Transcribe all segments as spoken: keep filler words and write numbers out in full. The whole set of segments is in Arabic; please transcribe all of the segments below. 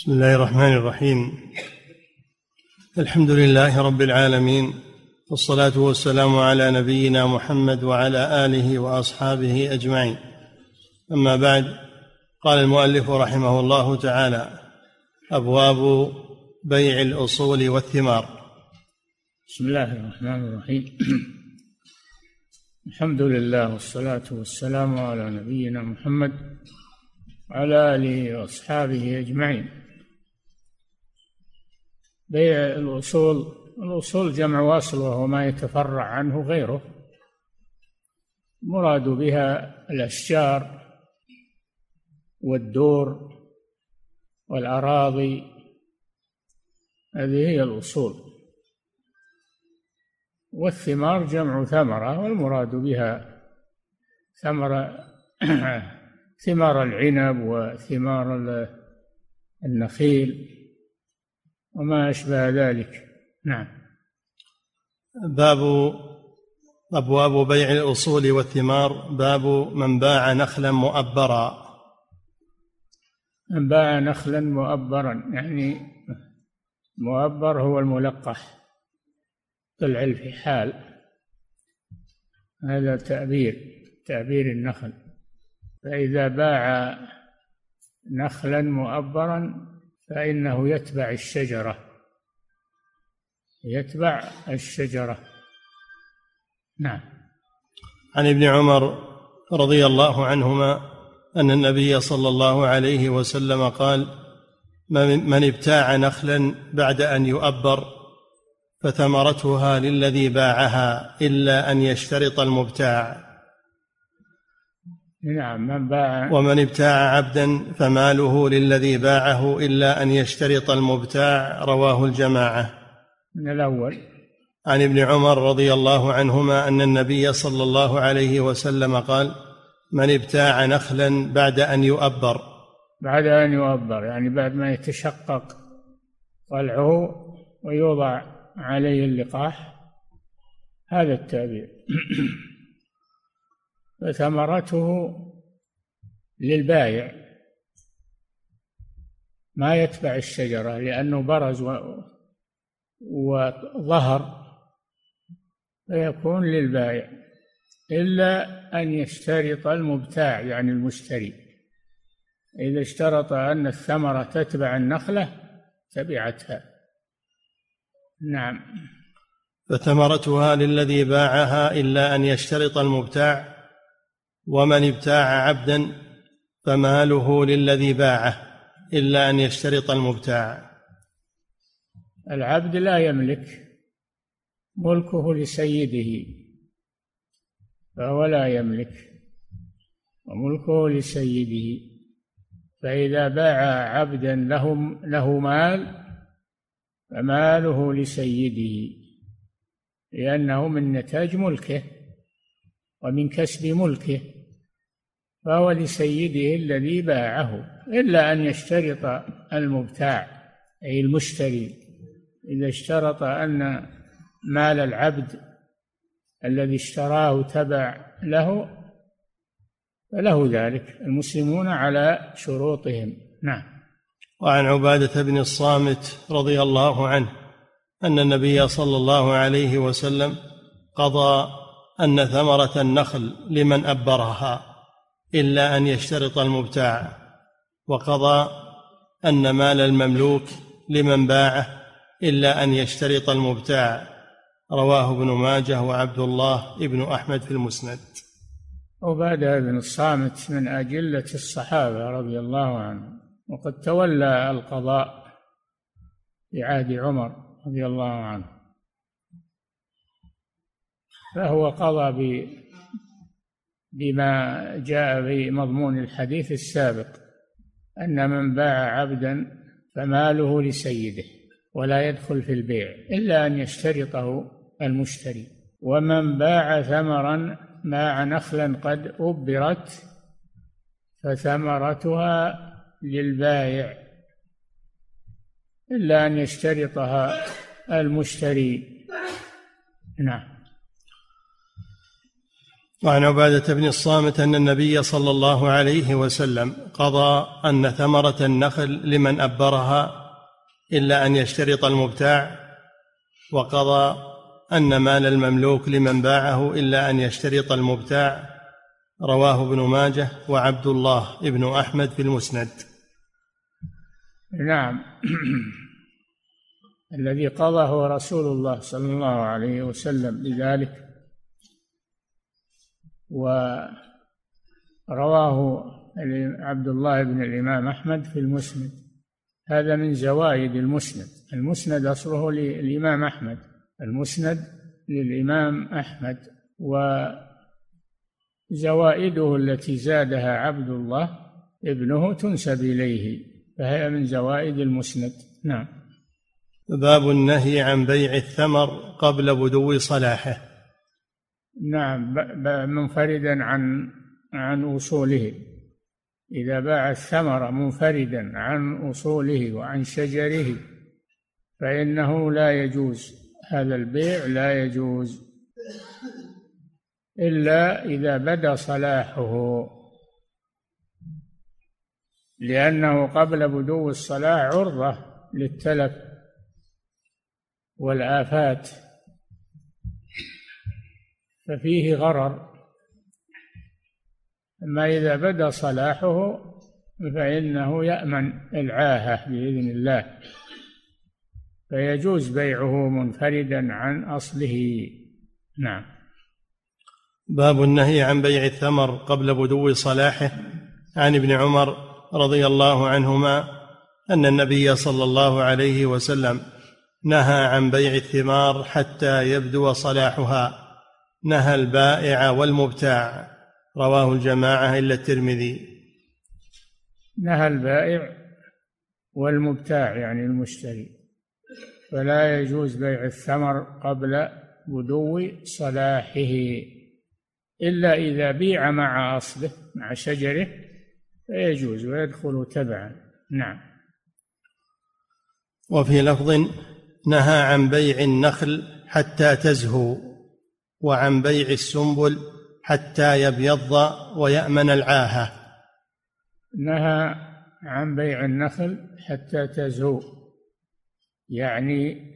بسم الله الرحمن الرحيم. الحمد لله رب العالمين، والصلاة والسلام على نبينا محمد وعلى آله وأصحابه أجمعين. أما بعد، قال المؤلف رحمه الله تعالى: أبواب بيع الأصول والثمار. بسم الله الرحمن الرحيم. الحمد لله والصلاة والسلام على نبينا محمد وعلى آله وأصحابه أجمعين. بيع الأصول، الأصول جمع واصل وهو ما يتفرع عنه غيره، مراد بها الأشجار والدور والأراضي، هذه هي الأصول. والثمار جمع ثمرة، والمراد بها ثمرة ثمار العنب وثمار النخيل وما أشبه ذلك. نعم. باب أبواب بيع الأصول والثمار. باب من باع نخلا مؤبرا. من باع نخلا مؤبرا، يعني مؤبر هو الملقح، طلع الفحال، هذا تعبير تعبير النخل. فإذا باع نخلا مؤبرا فإنه يتبع الشجرة يتبع الشجرة نعم. عن ابن عمر رضي الله عنهما أن النبي صلى الله عليه وسلم قال: من ابتاع نخلا بعد أن يؤبر فثمرتها للذي باعها إلا أن يشترط المبتاع. نعم. من باع ومن ابتاع عبدا فماله للذي باعه إلا أن يشترط المبتاع. رواه الجماعة. من الأول. عن ابن عمر رضي الله عنهما أن النبي صلى الله عليه وسلم قال: من ابتاع نخلا بعد أن يؤبر. بعد أن يؤبر يعني بعد ما يتشقق طلعه ويوضع عليه اللقاح، هذا التعبير. فثمرته للبائع، ما يتبع الشجرة لأنه برز وظهر، فيكون للبائع إلا أن يشترط المبتاع يعني المشتري. إذا اشترط أن الثمرة تتبع النخلة تبعتها. نعم. فثمرتها للذي باعها إلا أن يشترط المبتاع. ومن ابتاع عبدا فماله للذي باعه إلا أن يشترط المبتاع. العبد لا يملك، ملكه لسيده، فهو لا يملك وملكه لسيده. فإذا باع عبدا له له مال فماله لسيده، لأنه من نتاج ملكه ومن كسب ملكه، فهو لسيده الذي باعه إلا أن يشترط المبتاع أي المشتري. إذا اشترط أن مال العبد الذي اشتراه تبع له فله ذلك، المسلمون على شروطهم. نعم. وعن عبادة بن الصامت رضي الله عنه أن النبي صلى الله عليه وسلم قضى أن ثمرة النخل لمن أبرها إلا أن يشترط المبتاع، وقضى أن مال المملوك لمن باعه إلا أن يشترط المبتاع. رواه ابن ماجه وعبد الله ابن أحمد في المسند. عبادة بن الصامت من أجلة الصحابة رضي الله عنهم، وقد تولى القضاء في عهد عمر رضي الله عنه، فهو قضى بما جاء في مضمون الحديث السابق، أن من باع عبدا فماله لسيده ولا يدخل في البيع إلا أن يشترطه المشتري. ومن باع ثمرا باع نخلا قد أبرت فثمرتها للبائع إلا أن يشترطها المشتري. نعم. وعن عبادة بن الصامت أن النبي صلى الله عليه وسلم قضى أن ثمرة النخل لمن أبرها إلا أن يشترط المبتاع، وقضى أن مال المملوك لمن باعه إلا أن يشترط المبتاع. رواه ابن ماجه وعبد الله ابن أحمد في المسند. نعم. الذي قضاه رسول الله صلى الله عليه وسلم بذلك، ورواه عبد الله بن الإمام أحمد في المسند. هذا من زوائد المسند. المسند أصله للإمام أحمد، المسند للإمام أحمد، وزوائده التي زادها عبد الله ابنه تنسب إليه، فهي من زوائد المسند. نعم. باب النهي عن بيع الثمر قبل بدو صلاحه. نعم، منفردا عن عن أصوله. إذا باع الثمر منفردا عن أصوله وعن شجره فإنه لا يجوز، هذا البيع لا يجوز إلا إذا بدا صلاحه، لأنه قبل بدو الصلاح عرضة للتلف والآفات، ففيه غرر. أما إذا بدا صلاحه فإنه يأمن العاهة بإذن الله، فيجوز بيعه منفردا عن أصله. نعم. باب النهي عن بيع الثمر قبل بدو صلاحه. عن ابن عمر رضي الله عنهما أن النبي صلى الله عليه وسلم نهى عن بيع الثمار حتى يبدو صلاحها، نهى البائع والمبتاع. رواه الجماعة إلا الترمذي. نهى البائع والمبتاع يعني المشتري، فلا يجوز بيع الثمر قبل بدو صلاحه إلا إذا بيع مع أصله مع شجره فيجوز ويدخل تبعا. نعم. وفي لفظ نهى عن بيع النخل حتى تزهو، وعن بيع السنبل حتى يبيض ويأمن العاهة. نهى عن بيع النخل حتى تزهو، يعني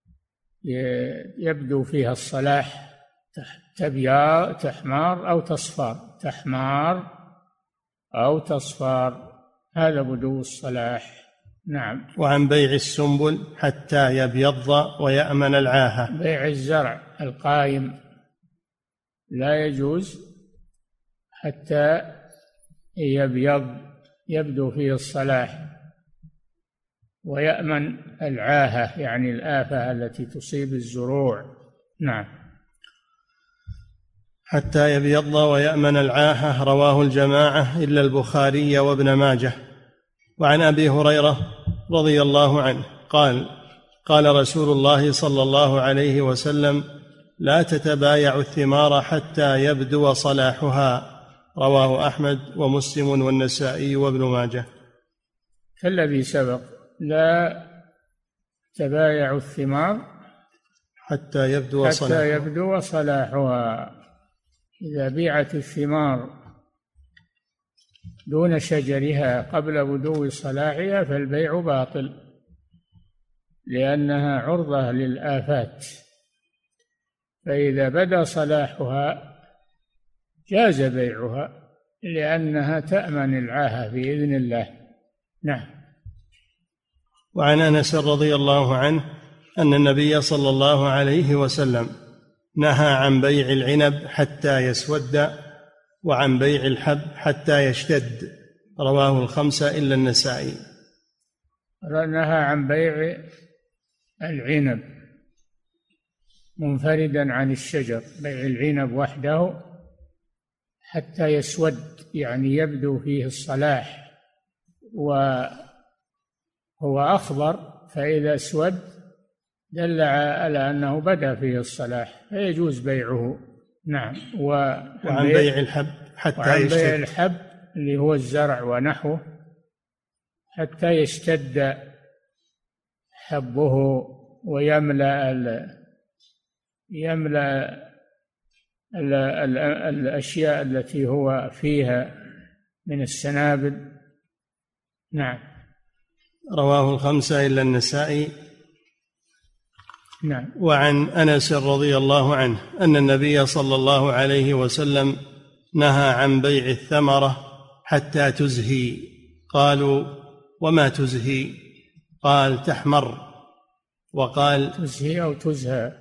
يبدو فيها الصلاح، تبيا تحمار أو تصفار، تحمار أو تصفار، هذا بدو الصلاح. نعم. وعن بيع السنبل حتى يبيض ويأمن العاهة. بيع الزرع القائم لا يجوز حتى يبيض، يبدو فيه الصلاح ويأمن العاهة يعني الآفة التي تصيب الزروع. نعم. حتى يبيض ويأمن العاهة. رواه الجماعة إلا البخاري وابن ماجه. وعن أبي هريرة رضي الله عنه قال قال رسول الله صلى الله عليه وسلم لا تتبايعوا الثمار حتى يبدو صلاحها. رواه أحمد ومسلم والنسائي وابن ماجه. كالذي سبق، لا تبايعوا الثمار حتى يبدو حتى صلاحها. يبدو صلاحها. إذا بيعت الثمار دون شجرها قبل بدو صلاحها فالبيع باطل، لأنها عرضة للآفات، فإذا بدا صلاحها جاز بيعها لأنها تأمن العاهة بإذن الله. نعم. وعن أنس رضي الله عنه أن النبي صلى الله عليه وسلم نهى عن بيع العنب حتى يسود، وعن بيع الحب حتى يشتد. رواه الخمسة إلا النسائي. نهى عن بيع العنب منفردا عن الشجر، بيع العنب وحده حتى يسود يعني يبدو فيه الصلاح، وهو أخضر، فإذا اسود دل على أنه بدأ فيه الصلاح فيجوز بيعه. نعم. وعن بيع الحب حتى وعن يشتد. بيع الحب اللي هو الزرع ونحوه حتى يشتد حبه ويملأ ال... يملأ الأشياء التي هو فيها من السنابل. نعم. رواه الخمسة إلا النسائي. نعم. وعن أنس رضي الله عنه أن النبي صلى الله عليه وسلم نهى عن بيع الثمرة حتى تزهي. قالوا: وما تزهي؟ قال: تحمر. وقال: تزهي أو تزهى؟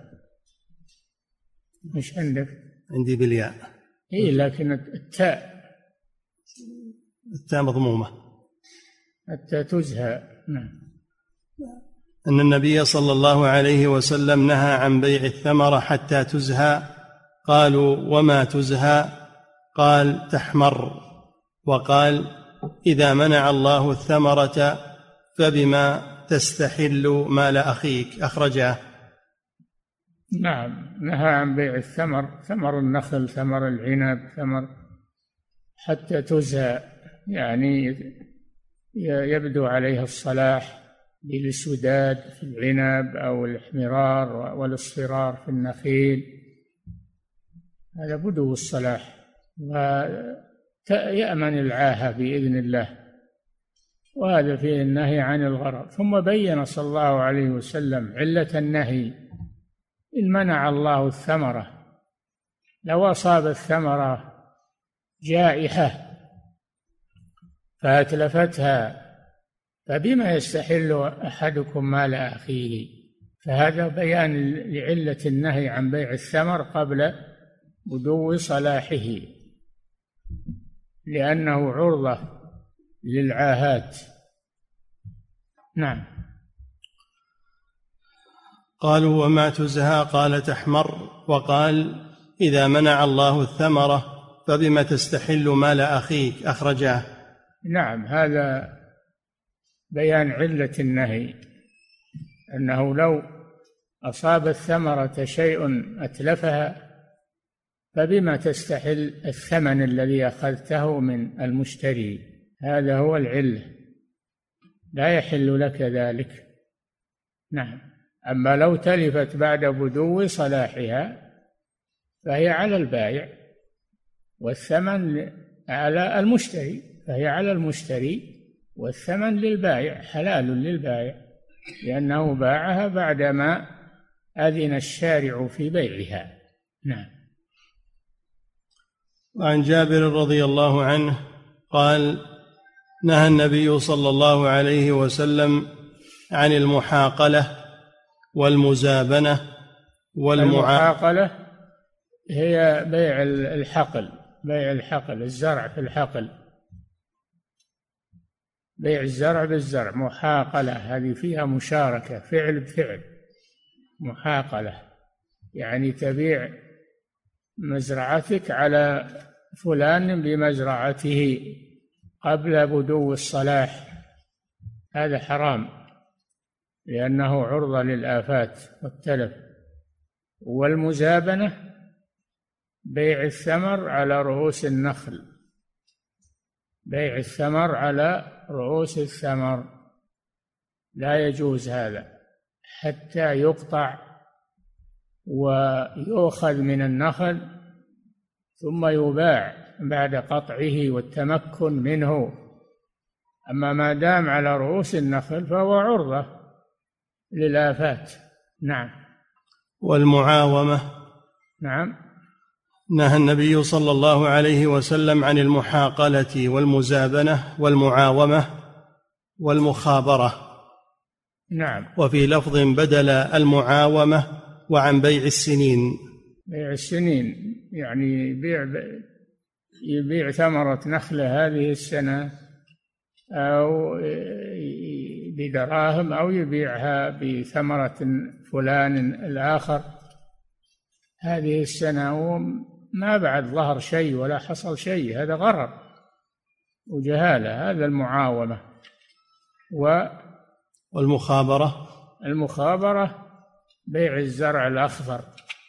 مش عندك؟ عندي بالياء. إيه، لكن التاء التاء مضمومة. التاء تزهى. نعم. أن النبي صلى الله عليه وسلم نهى عن بيع الثمرة حتى تزهى. قالوا: وما تزهى؟ قال: تحمر. وقال: إذا منع الله الثمرة فبما تستحل مال أخيك. أخرجه. نعم. نهى عن بيع الثمر، ثمر النخل، ثمر العنب، ثمر حتى تزهى، يعني يبدو عليها الصلاح بالسداد في العنب أو الاحمرار والاصفرار في النخيل، هذا بدو الصلاح، ويأمن العاهة بإذن الله، وهذا فيه النهي عن الغرر. ثم بين صلى الله عليه وسلم علة النهي: إن منع الله الثمرة، لو أصاب الثمرة جائحة فأتلفتها فبما يستحل أحدكم مال أخيه. فهذا بيان لعلة النهي عن بيع الثمر قبل بدو صلاحه، لأنه عرضة للعاهات. نعم. قالوا: وما تزهى؟ قال: تحمر. وقال: إذا منع الله الثمرة فبما تستحل مال أخيك. أخرجاه. نعم. هذا بيان علة النهي، أنه لو أصاب الثمرة شيء أتلفها فبما تستحل الثمن الذي أخذته من المشتري، هذا هو العلة، لا يحل لك ذلك. نعم. أما لو تلفت بعد بدو صلاحها فهي على البائع، والثمن على المشتري، فهي على المشتري والثمن للبائع، حلال للبائع، لأنه باعها بعدما أذن الشارع في بيعها. نعم. وعن جابر رضي الله عنه قال: نهى النبي صلى الله عليه وسلم عن المحاقلة والمزابنة والمعا... المحاقلة هي بيع الحقل، بيع الحقل، الزرع في الحقل، بيع الزرع بالزرع. محاقلة هذه فيها مشاركة، فعل بفعل. محاقلة يعني تبيع مزرعتك على فلان بمزرعته قبل بدو الصلاح، هذا حرام لأنه عرضة للآفات والتلف. والمزابنة بيع الثمر على رؤوس النخل، بيع الثمر على رؤوس الثمر لا يجوز هذا حتى يقطع ويؤخذ من النخل ثم يباع بعد قطعه والتمكن منه. أما ما دام على رؤوس النخل فهو عرضة للآفات. نعم. والمعاومة. نعم. نهى النبي صلى الله عليه وسلم عن المحاقلة والمزابنة والمعاومة والمخابرة. نعم. وفي لفظ بدل المعاومة: وعن بيع السنين. بيع السنين يعني يبيع يبيع ثمرة نخلة هذه السنة أو بدراهم، أو يبيعها بثمرة فلان الآخر هذه السنة وما بعد ظهر شيء ولا حصل شيء، هذا غرر وجهالة، هذا المعاومة. و والمخابرة. المخابرة بيع الزرع الأخضر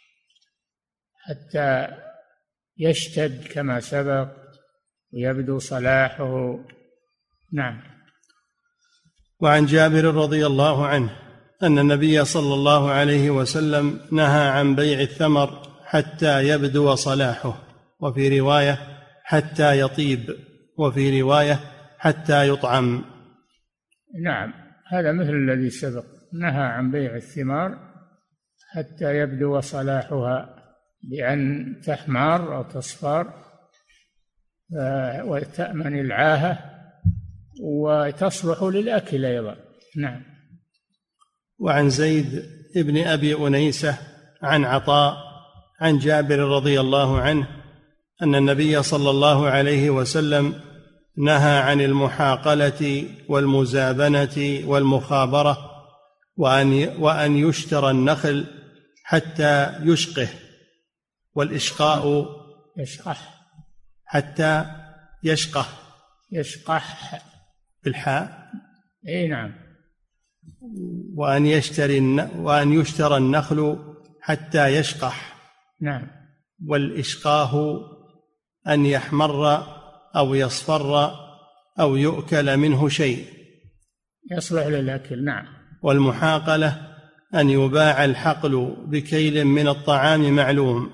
حتى يشتد كما سبق ويبدو صلاحه. نعم. وعن جابر رضي الله عنه أن النبي صلى الله عليه وسلم نهى عن بيع الثمر حتى يبدو صلاحه، وفي رواية حتى يطيب، وفي رواية حتى يطعم. نعم، هذا مثل الذي سبق، نهى عن بيع الثمار حتى يبدو صلاحها بأن تحمار أو تصفر وتأمن العاهة وتصلح للأكل أيضا. نعم. وعن زيد بن أبي أنيسة عن عطاء عن جابر رضي الله عنه أن النبي صلى الله عليه وسلم نهى عن المحاقلة والمزابنة والمخابرة، وأن وأن يشترى النخل حتى يشقه، والإشقاء يشقح حتى يشقه يشقح بالحاء. أي نعم. وأن يشتري وأن يشترى النخل حتى يشقح. نعم. والإشقاه أن يحمر أو يصفر أو يؤكل منه شيء يصلح للأكل. نعم. والمحاقلة أن يباع الحقل بكيل من الطعام معلوم.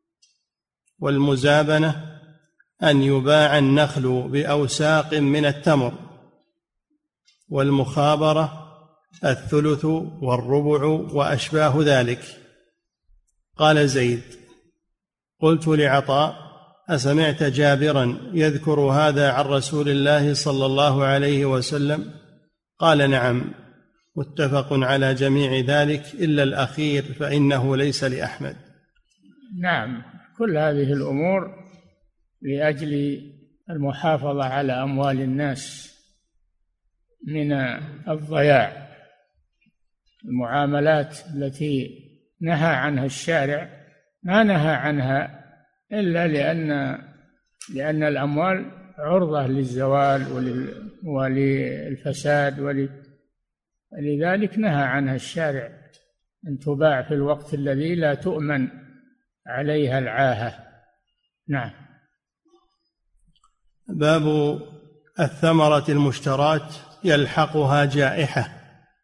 والمزابنة أن يباع النخل بأوساق من التمر. والمخابرة الثلث والربع وأشباه ذلك. قال زيد: قلت لعطاء: أسمعت جابرا يذكر هذا عن رسول الله صلى الله عليه وسلم؟ قال: نعم. متفق على جميع ذلك إلا الأخير فإنه ليس لأحمد. نعم، كل هذه الأمور لأجل المحافظة على أموال الناس من الضياع. المعاملات التي نهى عنها الشارع ما نهى عنها إلا لأن لأن الأموال عرضة للزوال وللفساد، ولذلك نهى عنها الشارع أن تباع في الوقت الذي لا تؤمن عليها العاهة. نعم. باب الثمرة المشتراة يلحقها جائحة.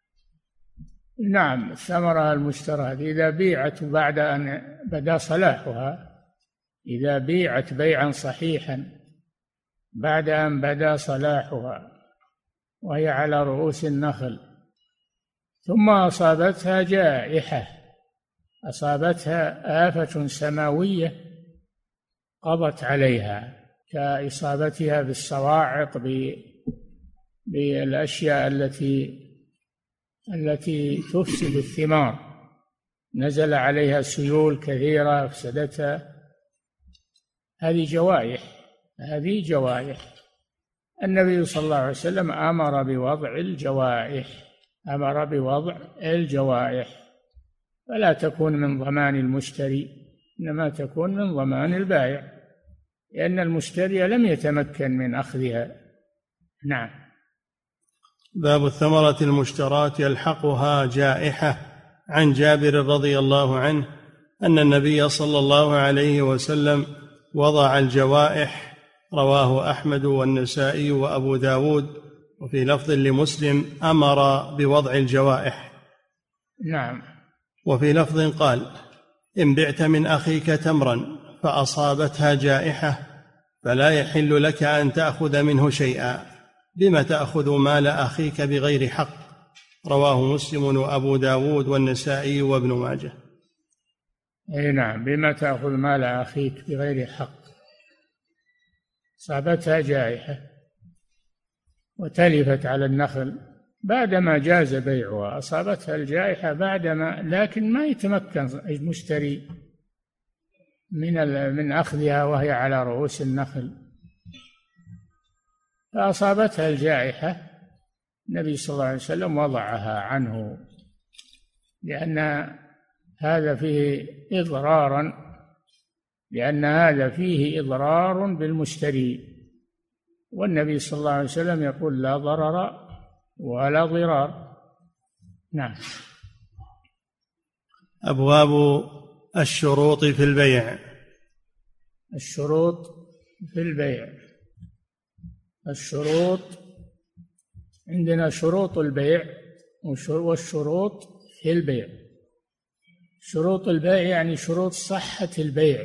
نعم، الثمرة المشتراة إذا بيعت بعد أن بدا صلاحها، إذا بيعت بيعا صحيحا بعد أن بدا صلاحها وهي على رؤوس النخل، ثم أصابتها جائحة، أصابتها آفة سماوية قضت عليها، كإصابتها بالصواعق، بالأشياء التي التي تفسد الثمار، نزل عليها سيول كثيرة أفسدتها، هذه جوائح هذه جوائح النبي صلى الله عليه وسلم أمر بوضع الجوائح أمر بوضع الجوائح فلا تكون من ضمان المشتري، إنما تكون من ضمان البائع، لأن المشتري لم يتمكن من أخذها. نعم. باب الثمرة المشتراة يلحقها جائحة. عن جابر رضي الله عنه أن النبي صلى الله عليه وسلم وضع الجوائح، رواه أحمد والنسائي وأبو داود، وفي لفظ لمسلم أمر بوضع الجوائح. نعم. وفي لفظ قال: إن بعت من أخيك تمرا فأصابتها جائحة فلا يحل لك أن تأخذ منه شيئا، بما تأخذ مال أخيك بغير حق. رواه مسلم وأبو داود والنسائي وابن ماجه. أي نعم، بما تأخذ مال أخيك بغير حق. أصابتها جائحة وتلفت على النخل بعدما جاز بيعها، أصابتها الجائحة بعدما، لكن ما يتمكن المشتري من من أخذها وهي على رؤوس النخل، فأصابتها الجائحة، النبي صلى الله عليه وسلم وضعها عنه، لأن هذا فيه إضرارا لأن هذا فيه إضرار بالمشتري، والنبي صلى الله عليه وسلم يقول: لا ضرر ولا ضرار. نعم. أبواب الشروط في البيع. الشروط في البيع. الشروط عندنا شروط البيع والشروط في البيع. شروط البيع يعني شروط صحة البيع،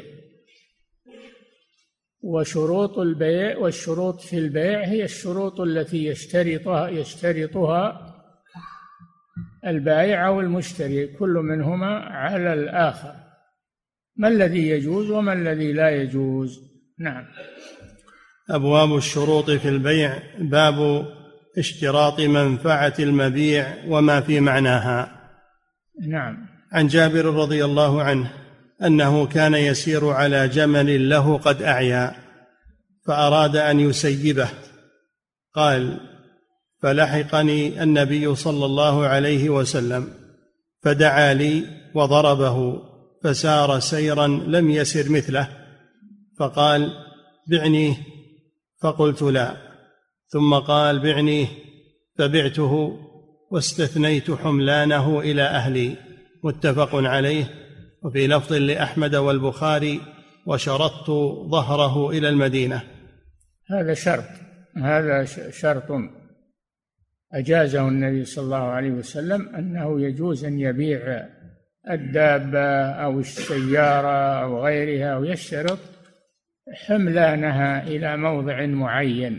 وشروط البيع والشروط في البيع هي الشروط التي يشترطها يشترطها البائع أو المشتري كل منهما على الآخر، ما الذي يجوز وما الذي لا يجوز. نعم. أبواب الشروط في البيع. باب اشتراط منفعة المبيع وما في معناها. نعم. عن جابر رضي الله عنه أنه كان يسير على جمل له قد أعيا فأراد أن يسيبه، قال: فلحقني النبي صلى الله عليه وسلم فدعا لي وضربه فسار سيرا لم يسر مثله، فقال: بعنيه، فقلت: لا. ثم قال: بعنيه، فبعته واستثنيت حملانه إلى أهلي. متفق عليه. وفي لفظ لأحمد والبخاري: وشرطت ظهره إلى المدينة. هذا شرط، هذا شرط أجازه النبي صلى الله عليه وسلم، أنه يجوز أن يبيع الدابة أو السيارة أو غيرها، أو يشترط حملانها إلى موضع معين،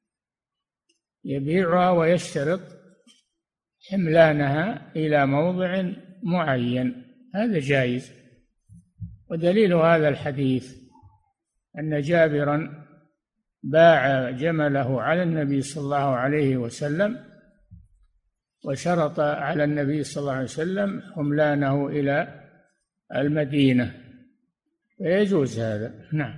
يبيعها ويشترط حملانها إلى موضع معين، هذا جائز. ودليل هذا الحديث أن جابرا باع جمله على النبي صلى الله عليه وسلم وشرط على النبي صلى الله عليه وسلم حملانه إلى المدينة، فيجوز هذا. نعم.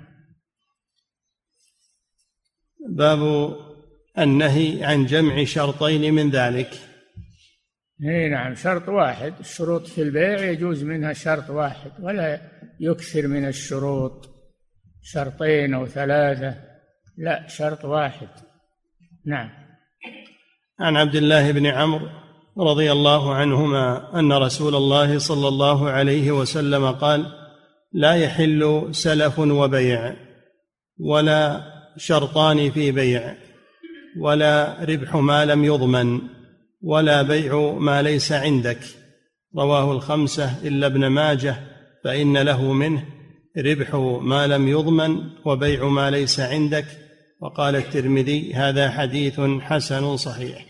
باب النهي عن جمع شرطين من ذلك. نعم، شرط واحد. الشروط في البيع يجوز منها شرط واحد، ولا يكثر من الشروط، شرطين أو ثلاثة، لا، شرط واحد. نعم. عن عبد الله بن عمرو رضي الله عنهما أن رسول الله صلى الله عليه وسلم قال: لا يحل سلف وبيع، ولا شرطان في بيع، ولا ربح ما لم يضمن، ولا بيع ما ليس عندك. رواه الخمسة إلا ابن ماجه، فإن له منه ربح ما لم يضمن وبيع ما ليس عندك. وقال الترمذي: هذا حديث حسن صحيح.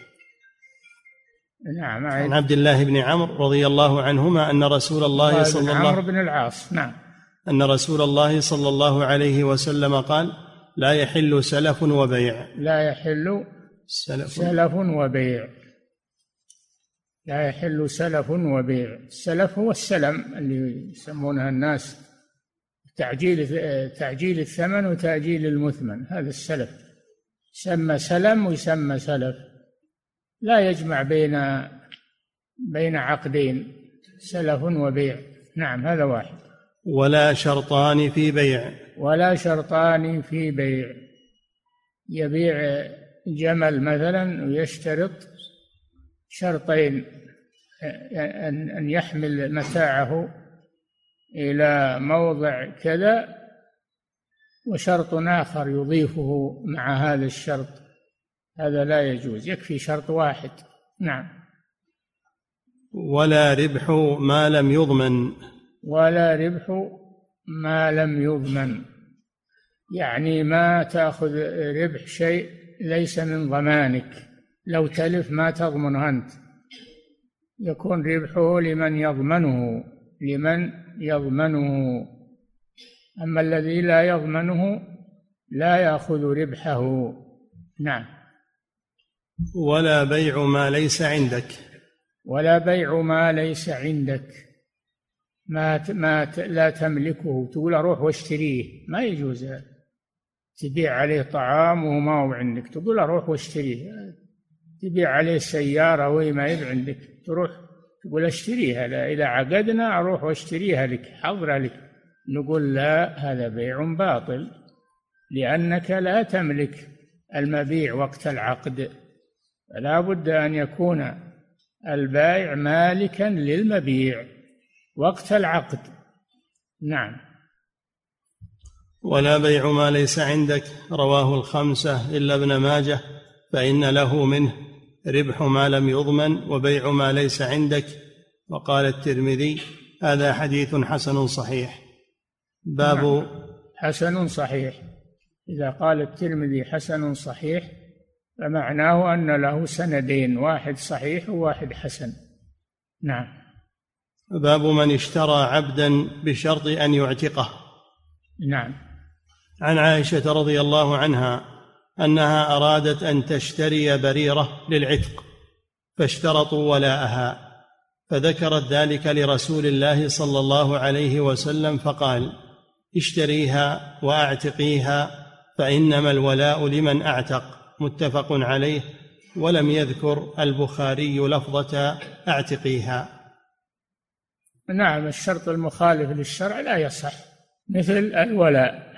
نعم. عن عبد الله بن عمرو رضي الله عنهما أن رسول الله صلى الله عمرو بن العاص نعم أن رسول الله صلى الله عليه وسلم قال: لا يحل سلف وبيع. لا يحل سلف, سلف وبيع. لا يحل سلف وبيع. السلف هو السلم اللي يسمونها الناس، تعجيل تعجيل الثمن وتأجيل المثمن، هذا السلف يسمى سلم ويسمى سلف. لا يجمع بين بين عقدين، سلف وبيع. نعم، هذا واحد. ولا شرطان في بيع. ولا شرطان في بيع. يبيع جمل مثلا ويشترط شرطين: أن يحمل متاعه إلى موضع كذا، وشرط آخر يضيفه مع هذا الشرط، هذا لا يجوز، يكفي شرط واحد. نعم. ولا ربح ما لم يضمن. ولا ربح ما لم يضمن، يعني ما تأخذ ربح شيء ليس من ضمانك، لو تلف ما تضمن أنت، يكون ربحه لمن يضمنه لمن يضمنه أما الذي لا يضمنه لا يأخذ ربحه. نعم. ولا بيع ما ليس عندك. ولا بيع ما ليس عندك، ما ما لا تملكه، تقول أروح واشتريه، ما يجوز هذا. تبيع عليه طعام وما هو عندك، تقول أروح واشتريه. تبيع عليه سيارة وهي ما يبيع عندك، تروح تقول اشتريها، لا، إذا عقدنا أروح واشتريها لك، حضر لك. نقول لا، هذا بيع باطل، لأنك لا تملك المبيع وقت العقد، فلا بد أن يكون البائع مالكا للمبيع وقت العقد. نعم. ولا بيع ما ليس عندك. رواه الخمسة إلا ابن ماجه، فإن له منه ربح ما لم يضمن وبيع ما ليس عندك. وقال الترمذي: هذا حديث حسن صحيح. باب حسن صحيح، إذا قال الترمذي حسن صحيح فمعناه أن له سندين، واحد صحيح وواحد حسن. نعم. باب من اشترى عبدا بشرط أن يعتقه. نعم. عن عائشة رضي الله عنها أنها أرادت أن تشتري بريرة للعتق فاشترطوا ولاءها، فذكرت ذلك لرسول الله صلى الله عليه وسلم فقال: اشتريها وأعتقيها فإنما الولاء لمن أعتق. متفق عليه. ولم يذكر البخاري لفظة أعتقيها. نعم، الشرط المخالف للشرع لا يصح، مثل الولاء،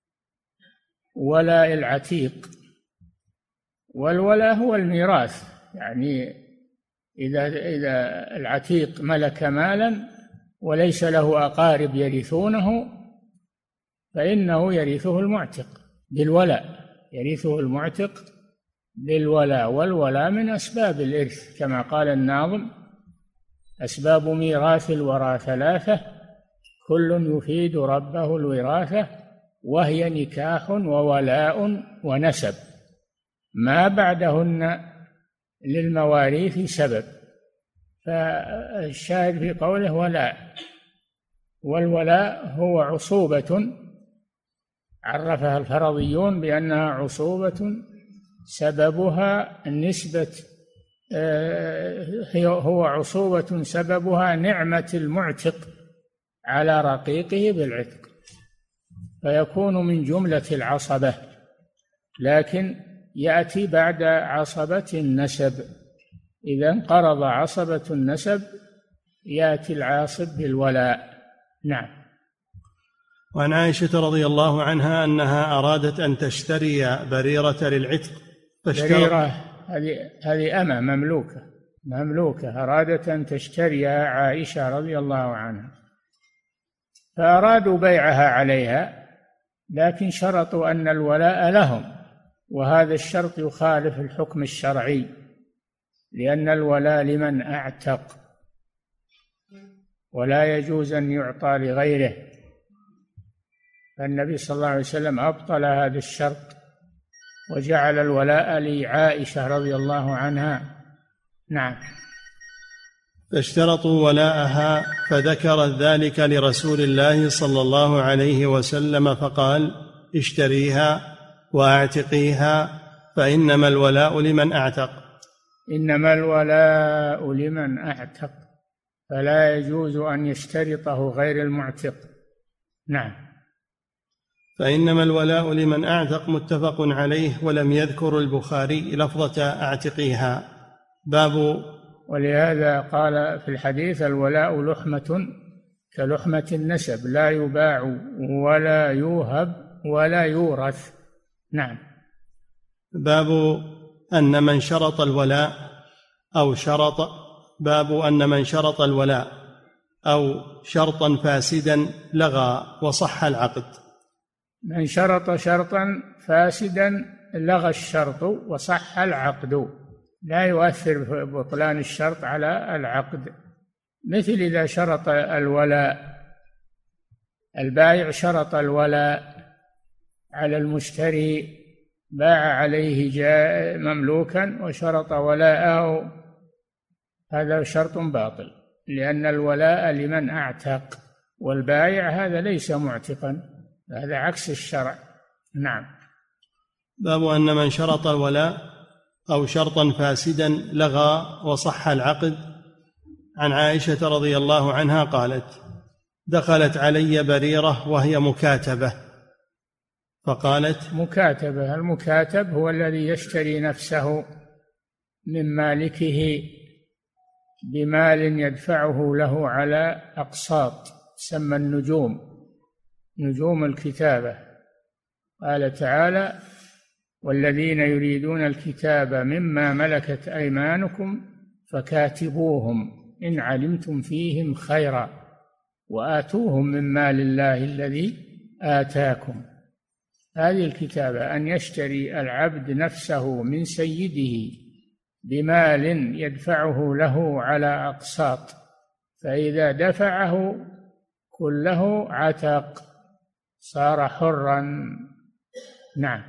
ولاء العتيق. والولاء هو الميراث، يعني إذا إذا العتيق ملك مالا وليس له أقارب يرثونه فإنه يرثه المعتق بالولاء، يرثه المعتق بالولاء. والولاء من أسباب الإرث، كما قال الناظم: أسباب ميراث الورى ثلاثة، كل يفيد ربه الوراثة، وهي نكاح وولاء ونسب، ما بعدهن للمواريث سبب. فالشاهد في قوله ولاء، والولاء هو عصوبة عرفها الفرضيون بأنها عصوبة سببها النسبة، هو عصوبة سببها نعمة المعتق على رقيقه بالعتق، فيكون من جملة العصبة، لكن يأتي بعد عصبة النسب. إذا انقرض عصبة النسب يأتي العاصب بالولاء. نعم. وعن عائشة رضي الله عنها أنها أرادت أن تشتري بريرة للعتق بريرة هذه هذه أمة مملوكة مملوكة أرادت أن تشتريها عائشة رضي الله عنها، فأرادوا بيعها عليها، لكن شرطوا أن الولاء لهم، وهذا الشرط يخالف الحكم الشرعي، لأن الولاء لمن أعتق ولا يجوز أن يعطى لغيره. فالنبي صلى الله عليه وسلم أبطل هذا الشرط وجعل الولاء لعائشة رضي الله عنها. نعم. فاشترطوا ولاءها، فذكرت ذلك لرسول الله صلى الله عليه وسلم فقال: اشتريها وأعتقيها فإنما الولاء لمن أعتق. إنما الولاء لمن أعتق، فلا يجوز أن يشترطه غير المعتق. نعم. فإنما الولاء لمن أعتق. متفق عليه. ولم يذكر البخاري لفظة أعتقيها. باب ولهذا قال في الحديث: الولاء لحمة كلحمة النسب، لا يباع ولا يوهب ولا يورث. نعم. باب أن من شرط الولاء أو شرط باب أن من شرط الولاء أو شرطا فاسدا لغى وصح العقد. من شرط شرطا فاسدا لغى الشرط وصح العقد، لا يؤثر في بطلان الشرط على العقد. مثل إذا شرط الولاء، البائع شرط الولاء على المشتري، باع عليه جاء مملوكا وشرط ولاءه، هذا شرط باطل، لأن الولاء لمن أعتق، والبائع هذا ليس معتقا، هذا عكس الشرع. نعم. باب أن من شرط الولاء أو شرطا فاسدا لغى وصح العقد. عن عائشة رضي الله عنها قالت: دخلت علي بريرة وهي مكاتبة، فقالت: مكاتبة، المكاتب هو الذي يشتري نفسه من مالكه بمال يدفعه له على أقساط، تسمى النجوم، نجوم الكتابة. قال تعالى: والذين يريدون الكتاب مما ملكت أيمانكم فكاتبوهم إن علمتم فيهم خيرا وآتوهم من مال الله الذي آتاكم. هذه الكتابة، أن يشتري العبد نفسه من سيده بمال يدفعه له على أقساط، فإذا دفعه كله عتق، صار حرا. نعم.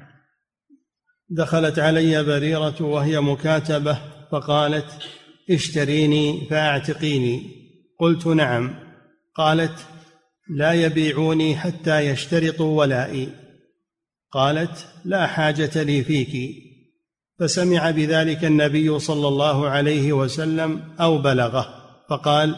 دخلت علي بريرة وهي مكاتبة فقالت: اشتريني فأعتقيني. قلت: نعم. قالت: لا يبيعوني حتى يشترطوا ولائي. قالت: لا حاجة لي فيك. فسمع بذلك النبي صلى الله عليه وسلم أو بلغه فقال: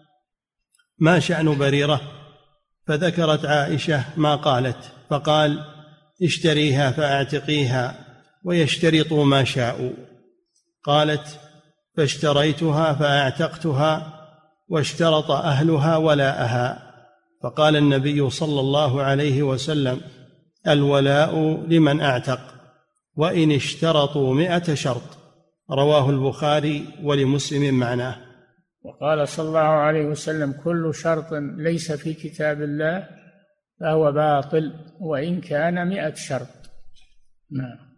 ما شأن بريرة؟ فذكرت عائشة ما قالت، فقال: اشتريها فأعتقيها ويشترطوا ما شاءوا. قالت: فاشتريتها فأعتقتها واشترط أهلها ولاءها. فقال النبي صلى الله عليه وسلم: الولاء لمن أعتق، وإن اشترطوا مئة شرط. رواه البخاري ولمسلم معناه. وقال صلى الله عليه وسلم: كل شرط ليس في كتاب الله فهو باطل وإن كان مئة شرط. نعم.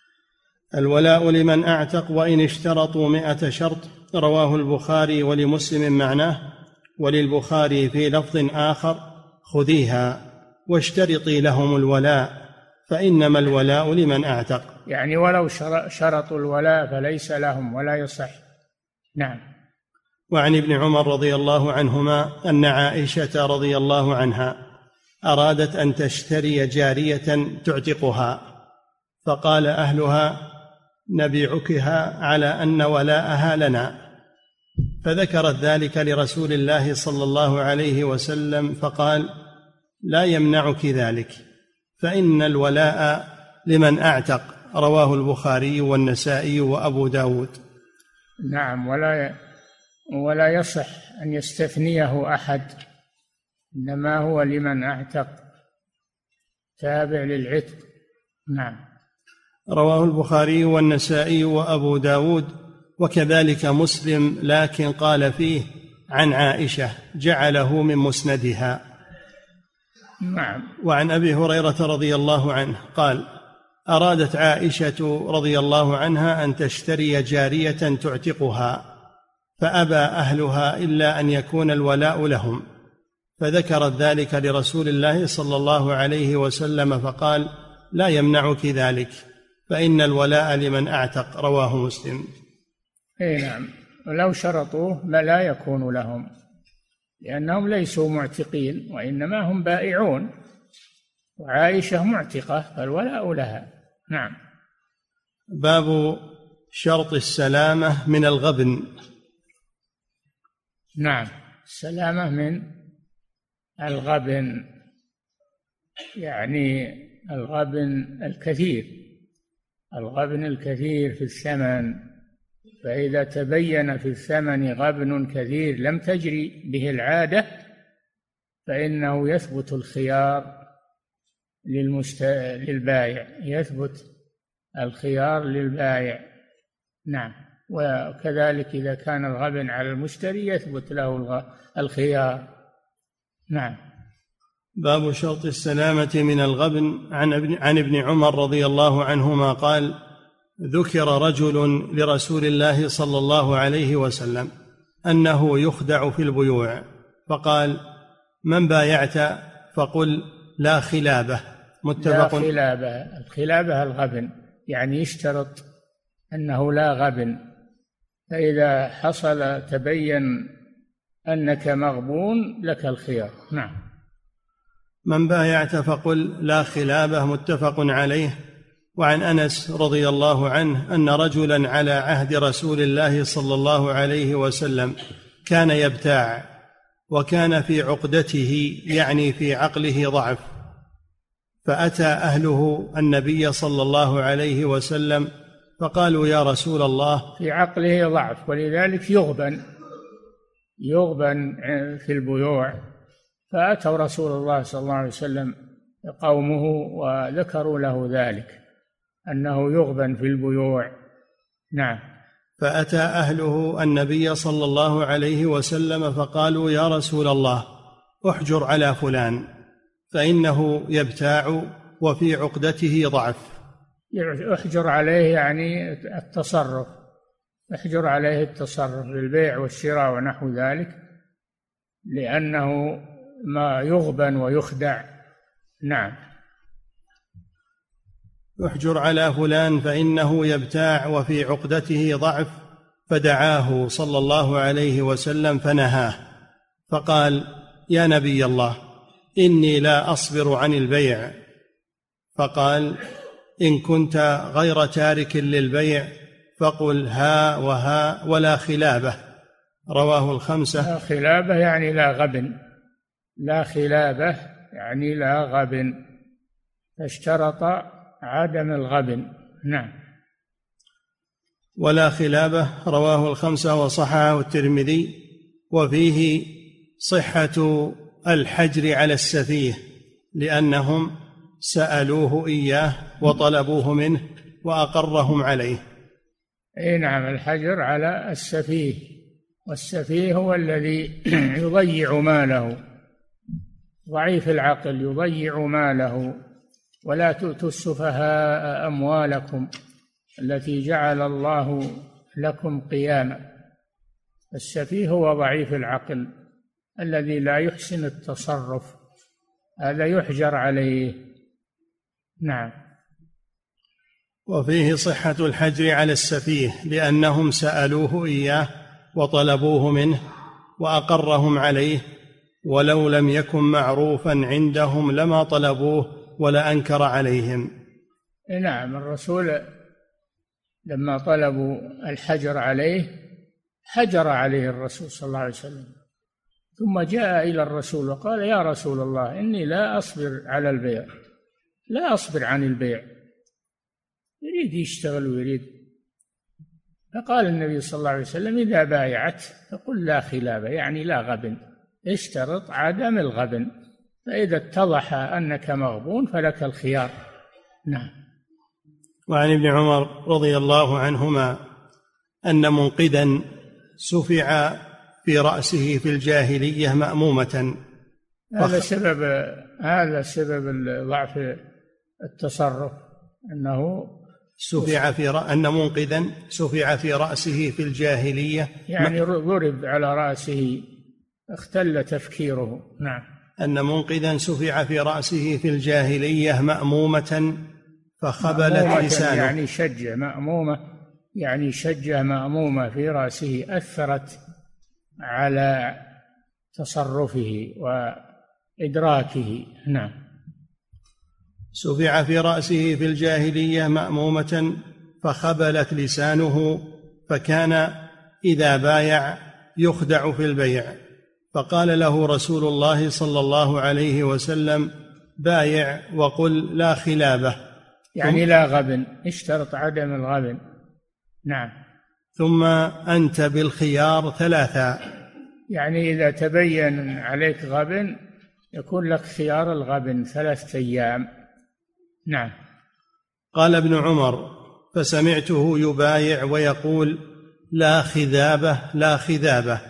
الولاء لمن أعتق وإن اشترطوا مئة شرط. رواه البخاري ولمسلم معناه. وللبخاري في لفظ آخر: خذيها واشترطي لهم الولاء فإنما الولاء لمن أعتق. يعني ولو شرطوا الولاء فليس لهم ولا يصح. نعم. وعن ابن عمر رضي الله عنهما أن عائشة رضي الله عنها أرادت أن تشتري جارية تعتقها، فقال أهلها: نبيعكها على أن ولاءها لنا. فذكرت ذلك لرسول الله صلى الله عليه وسلم فقال: لا يمنعك ذلك، فإن الولاء لمن أعتق. رواه البخاري والنسائي وأبو داود. نعم. ولا ولا يصح أن يستثنيه أحد، إنما هو لمن أعتق تابع للعتق. نعم. رواه البخاري والنسائي وأبو داود وكذلك مسلم، لكن قال فيه عن عائشة، جعله من مسندها. نعم. وعن أبي هريرة رضي الله عنه قال: أرادت عائشة رضي الله عنها أن تشتري جارية تعتقها، فأبى أهلها إلا أن يكون الولاء لهم، فذكرت ذلك لرسول الله صلى الله عليه وسلم فقال: لا يمنعك ذلك، فإن الولاء لمن أعتق. رواه مسلم. اي نعم. ولو شرطوه لا يكون لهم، لأنهم ليسوا معتقين وإنما هم بائعون، وعائشة معتقة فالولاء لها. نعم. باب شرط السلامة من الغبن. نعم. السلامة من الغبن، يعني الغبن الكثير، الغبن الكثير في الثمن. فإذا تبين في الثمن غبن كثير لم تجري به العادة فإنه يثبت الخيار للمست... للبائع، يثبت الخيار للبائع. نعم. وكذلك إذا كان الغبن على المشتري يثبت له الخيار. نعم. باب شرط السلامة من الغبن. عن ابن, عن ابن عمر رضي الله عنهما قال: ذكر رجل لرسول الله صلى الله عليه وسلم أنه يخدع في البيوع، فقال: من بايعت فقل لا خلابة. متفق. لا خلابة. الخلابة الغبن، يعني يشترط أنه لا غبن، فإذا حصل تبين أنك مغبون لك الخيار. نعم. من بايعت فقل لا خلابة. متفق عليه. وعن أنس رضي الله عنه أن رجلا على عهد رسول الله صلى الله عليه وسلم كان يبتاع، وكان في عقدته يعني في عقله ضعف، فأتى أهله النبي صلى الله عليه وسلم فقالوا: يا رسول الله. في عقله ضعف ولذلك يغبن يغبن في البيوع، فأتوا رسول الله صلى الله عليه وسلم قومه وذكروا له ذلك، أنه يغبن في البيوع. نعم. فأتى أهله النبي صلى الله عليه وسلم فقالوا: يا رسول الله، احجر على فلان فإنه يبتاع وفي عقدته ضعف. احجر عليه يعني التصرف، احجر عليه التصرف بالبيع والشراء ونحو ذلك، لأنه ما يغبن ويخدع. نعم. احجر على فلان فإنه يبتاع وفي عقدته ضعف، فدعاه صلى الله عليه وسلم فنهاه، فقال: يا نبي الله، إني لا أصبر عن البيع. فقال: إن كنت غير تارك للبيع فقل ها وها ولا خلابة. رواه الخمسة. لا خلابة يعني لا غبن، لا خلابة يعني لا غبن، فاشترط عدم الغبن. نعم. ولا خلابة رواه الخمسة وصححه الترمذي. وفيه صحة الحجر على السفيه، لأنهم سألوه إياه وطلبوه منه وأقرهم عليه. أي نعم، الحجر على السفيه، والسفيه هو الذي يضيع ماله، ضعيف العقل يضيع ماله. ولا تؤتوا السفهاء أموالكم التي جعل الله لكم قياما. السفيه هو ضعيف العقل الذي لا يحسن التصرف، هذا يحجر عليه. نعم. وفيه صحة الحجر على السفيه، لأنهم سألوه إياه وطلبوه منه وأقرهم عليه، ولو لم يكن معروفا عندهم لما طلبوه ولا أنكر عليهم. نعم. الرسول لما طلبوا الحجر عليه حجر عليه الرسول صلى الله عليه وسلم، ثم جاء إلى الرسول وقال: يا رسول الله، إني لا أصبر على البيع، لا أصبر عن البيع. يريد يشتغل ويريد. فقال النبي صلى الله عليه وسلم: إذا بايعت فقل لا خلابة، يعني لا غبن، اشترط عدم الغبن، فإذا اتضح أنك مغبون فلك الخيار. نعم. وعن ابن عمر رضي الله عنهما أن منقذا سفع في رأسه في الجاهلية مأمومة. هذا سبب هذا سبب ضعف التصرف، أنه سفع في رأ... أن منقذا سفع في رأسه في الجاهلية، يعني ضرب على رأسه، اختل تفكيره. نعم. أن منقذا سفع في رأسه في الجاهلية مأمومة فخبلت مأمومة لسانه. يعني شجة، مأمومة يعني شجة مأمومة في رأسه، أثرت على تصرفه وإدراكه. نعم. سفع في رأسه في الجاهلية مأمومة فخبلت لسانه، فكان إذا بايع يخدع في البيع، فقال له رسول الله صلى الله عليه وسلم: بايع وقل لا خلابة، يعني لا غبن، اشترط عدم الغبن. نعم. ثم أنت بالخيار ثلاثا، يعني إذا تبين عليك غبن يكون لك خيار الغبن ثلاثة أيام. نعم. قال ابن عمر: فسمعته يبايع ويقول: لا خذابة لا خذابة،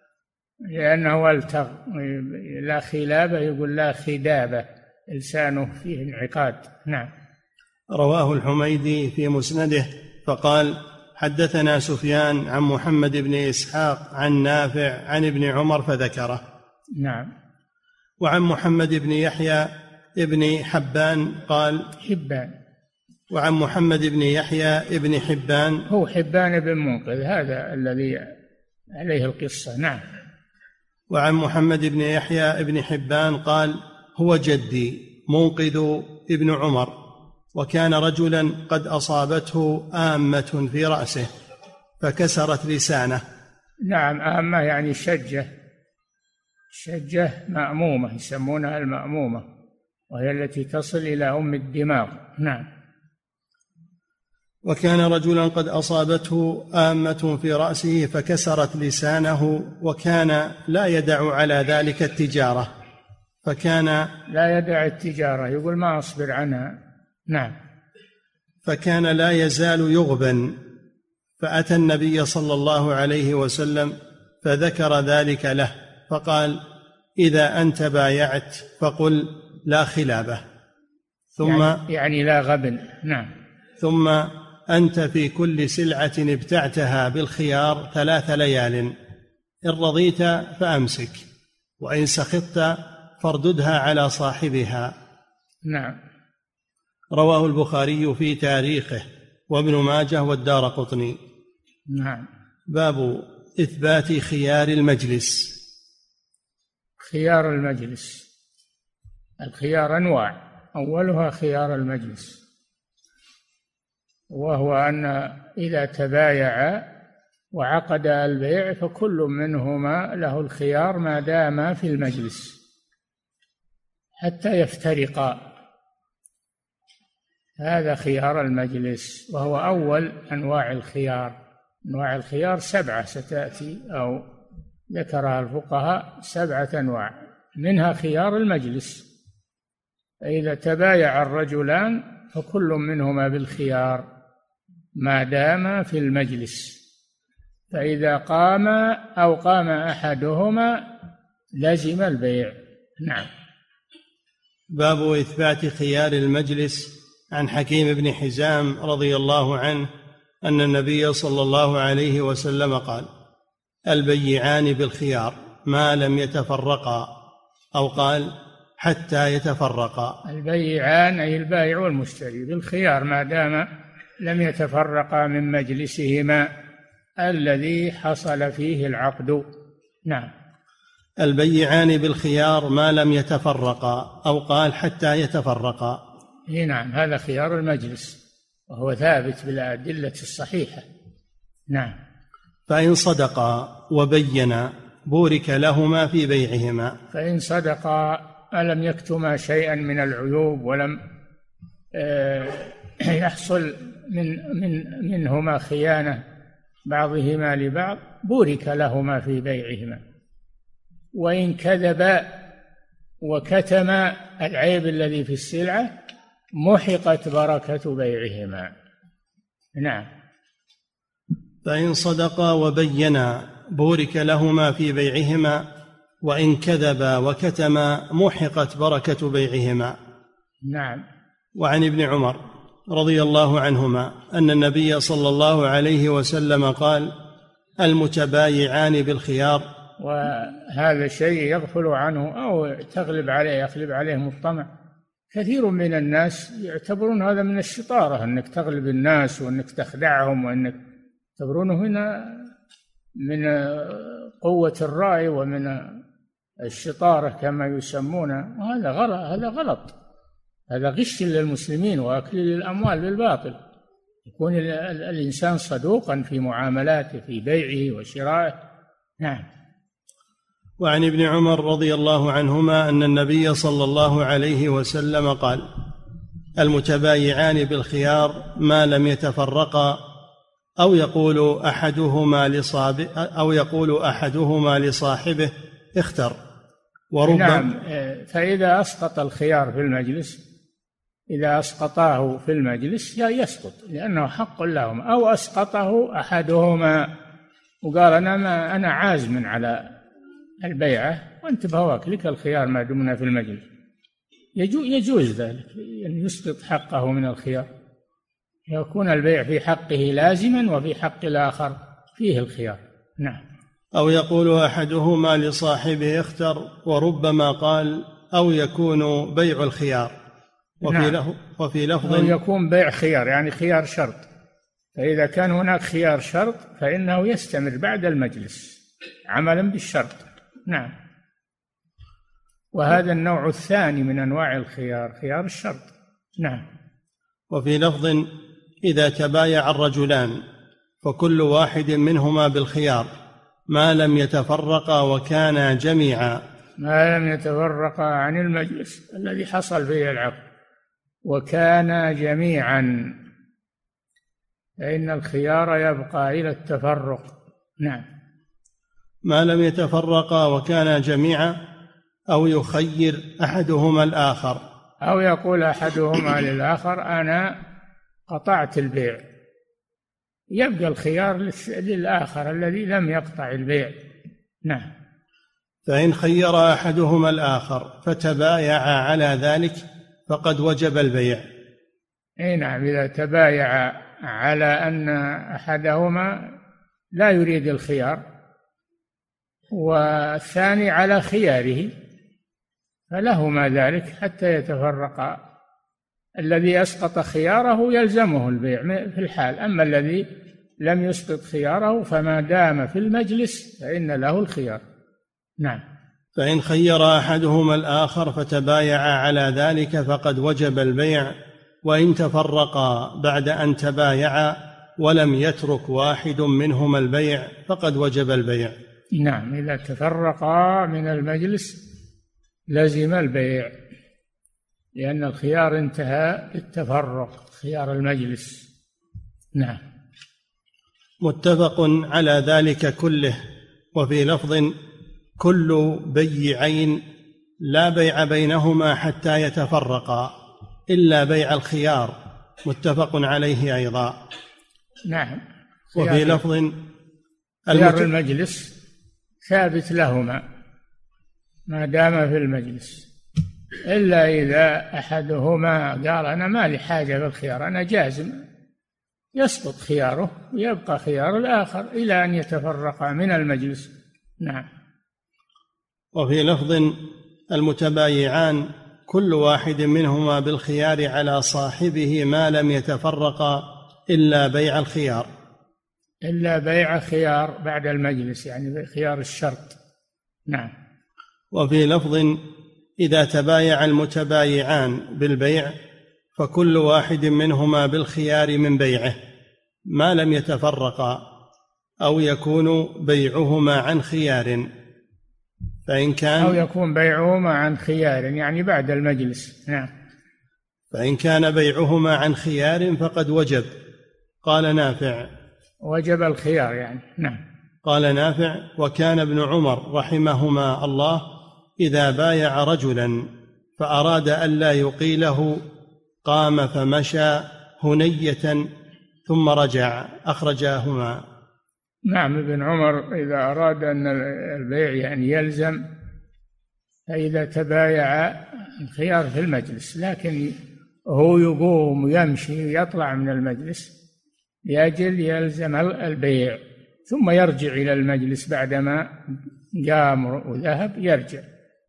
لأنه التغ لا خلابة يقول لا خدابة، لسانه فيه انعقاد. نعم. رواه الحميدي في مسنده فقال: حدثنا سفيان عن محمد بن إسحاق عن نافع عن ابن عمر فذكره. نعم. وعن محمد بن يحيى ابن حبان قال: حبان. وعن محمد بن يحيى ابن حبان، هو حبان بن منقذ، هذا الذي عليه القصة. نعم. وعن محمد بن يحيى ابن حبان قال: هو جدي منقذ ابن عمر، وكان رجلا قد أصابته آمة في رأسه فكسرت لسانه. نعم. آمة يعني شجة، شجة مأمومة يسمونها المأمومة، وهي التي تصل إلى أم الدماغ. نعم. وكان رجلا قد أصابته آمة في رأسه فكسرت لسانه، وكان لا يدع على ذلك التجارة، فكان لا يدع التجارة، يقول ما أصبر عنها. نعم. فكان لا يزال يغبن، فأتى النبي صلى الله عليه وسلم فذكر ذلك له، فقال: إذا أنت بايعت فقل لا خلابة، ثم يعني, يعني لا غبن. نعم. ثم أنت في كل سلعة ابتعتها بالخيار ثلاث ليال، إن رضيت فأمسك وإن سخطت فارددها على صاحبها. نعم. رواه البخاري في تاريخه وابن ماجه والدارقطني. نعم. باب إثبات خيار المجلس. خيار المجلس، الخيار أنواع، أولها خيار المجلس، وهو أن إذا تبايع وعقد البيع فكل منهما له الخيار ما دام في المجلس حتى يفترقا، هذا خيار المجلس، وهو أول أنواع الخيار. أنواع الخيار سبعة ستأتي أو ذكرها الفقهاء، سبعة أنواع، منها خيار المجلس. فإذا تبايع الرجلان فكل منهما بالخيار ما دام في المجلس، فإذا قام أو قام أحدهما لزم البيع. نعم. باب إثبات خيار المجلس. عن حكيم بن حزام رضي الله عنه أن النبي صلى الله عليه وسلم قال: البيعان بالخيار ما لم يتفرقا، أو قال: حتى يتفرقا. البيعان أي البائع والمشتري بالخيار ما دام لم يتفرقا من مجلسهما الذي حصل فيه العقد. نعم. البيعان بالخيار ما لم يتفرقا، أو قال: حتى يتفرقا. نعم، هذا خيار المجلس وهو ثابت بالأدلة الصحيحة. نعم. فإن صدقا وبينا بورك لهما في بيعهما. فإن صدقا ألم يكتما شيئا من العيوب ولم يحصل من من منهما خيانة بعضهما لبعض بورك لهما في بيعهما. وإن كذبا وكتما العيب الذي في السلعة محقت بركة بيعهما. نعم. فإن صدقا وبينا بورك لهما في بيعهما، وإن كذبا وكتما محقت بركة بيعهما. نعم. وعن ابن عمر رضي الله عنهما أن النبي صلى الله عليه وسلم قال: المتبايعان بالخيار. وهذا الشيء يغفل عنه أو تغلب عليه يغلب عليهم الطمع. كثير من الناس يعتبرون هذا من الشطارة، أنك تغلب الناس وأنك تخدعهم، وأنك يعتبرونه هنا من قوة الرأي ومن الشطارة كما يسمونه، وهذا غلط. هذا غلط، هذا غش للمسلمين وأكل للأموال بالباطل. يكون الإنسان صدوقا في معاملاته في بيعه وشرائه. نعم. وعن ابن عمر رضي الله عنهما أن النبي صلى الله عليه وسلم قال: المتبايعان بالخيار ما لم يتفرقا، أو يقول أحدهما لصاحبه أو يقول أحدهما لصاحبه اختر. وربما نعم. فإذا أسقط الخيار في المجلس، إذا أسقطاه في المجلس يسقط لأنه حق لهم، أو أسقطه أحدهما وقال أنا ما أنا عازم على البيعة وأنت بهواك لك الخيار ما دمنا في المجلس، يجوز ذلك أن يسقط حقه من الخيار، يكون البيع في حقه لازما وفي حق الآخر فيه الخيار. نعم. أو يقول أحدهما لصاحبه اختر. وربما قال: أو يكون بيع الخيار. وفي, نعم. له وفي لفظ أو يكون بيع خيار يعني خيار شرط، فإذا كان هناك خيار شرط فإنه يستمر بعد المجلس عملا بالشرط. نعم. وهذا النوع الثاني من أنواع الخيار، خيار الشرط. نعم. وفي لفظ: إذا تبايع الرجلان فكل واحد منهما بالخيار ما لم يتفرقا وكانا جميعا. ما لم يتفرقا عن المجلس الذي حصل فيه العقد وكانا جميعا، فإن الخيار يبقى إلى التفرق. نعم. ما لم يتفرقا وكانا جميعا، أو يخير أحدهما الآخر، أو يقول أحدهما للآخر أنا قطعت البيع، يبقى الخيار للآخر الذي لم يقطع البيع. نعم. فإن خير أحدهما الآخر فتبايع على ذلك فقد وجب البيع. أي نعم. إذا تبايع على أن أحدهما لا يريد الخيار والثاني على خياره، فلهما ذلك حتى يتفرقا. الذي أسقط خياره يلزمه البيع في الحال، أما الذي لم يسقط خياره فما دام في المجلس فإن له الخيار. نعم. فإن خير أحدهما الآخر فتبايعا على ذلك فقد وجب البيع، وإن تفرقا بعد أن تبايعا ولم يترك واحد منهما البيع فقد وجب البيع. نعم، إذا تفرقا من المجلس لزم البيع، لأن الخيار انتهى بالتفرق، خيار المجلس. نعم. متفق على ذلك كله. وفي لفظ: كل بيعين لا بيع بينهما حتى يتفرقا إلا بيع الخيار، متفق عليه أيضا. نعم. وفي لفظ: خيار المجلس ثابت لهما ما دام في المجلس، إلا إذا أحدهما قال أنا ما لي حاجة بالخيار، أنا جازم، يسقط خياره ويبقى خيار الآخر إلى أن يتفرقا من المجلس. نعم. وفي لفظ: المتبايعان كل واحد منهما بالخيار على صاحبه ما لم يتفرقا إلا بيع الخيار. إلا بيع خيار بعد المجلس، يعني خيار الشرط. نعم. وفي لفظ: إذا تبايع المتبايعان بالبيع فكل واحد منهما بالخيار من بيعه ما لم يتفرقا أو يكون بيعهما عن خيار، فإن كان أو يكون بيعهما عن خيار يعني بعد المجلس. نعم. فإن كان بيعهما عن خيار فقد وجب. قال نافع: وجب الخيار يعني. نعم. قال نافع: وكان ابن عمر رحمهما الله إذا بايع رجلا فأراد ألا يقيله قام فمشى هنية ثم رجع، أخرجاهما. نعم. ابن عمر إذا أراد أن البيع يعني يلزم، فإذا تبايع الخيار في المجلس، لكن هو يقوم ويمشي ويطلع من المجلس لأجل يلزم البيع، ثم يرجع إلى المجلس بعدما قام وذهب يرجع،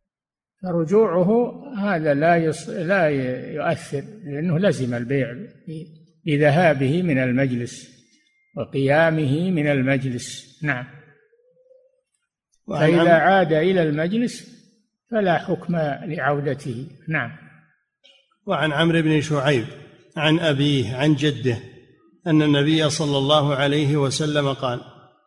فرجوعه هذا لا يص... لا يؤثر، لأنه لزم البيع لذهابه من المجلس وقيامه من المجلس. نعم. فإذا عاد إلى المجلس فلا حكم لعودته. نعم. وعن عمرو بن شعيب عن أبيه عن جده أن النبي صلى الله عليه وسلم قال: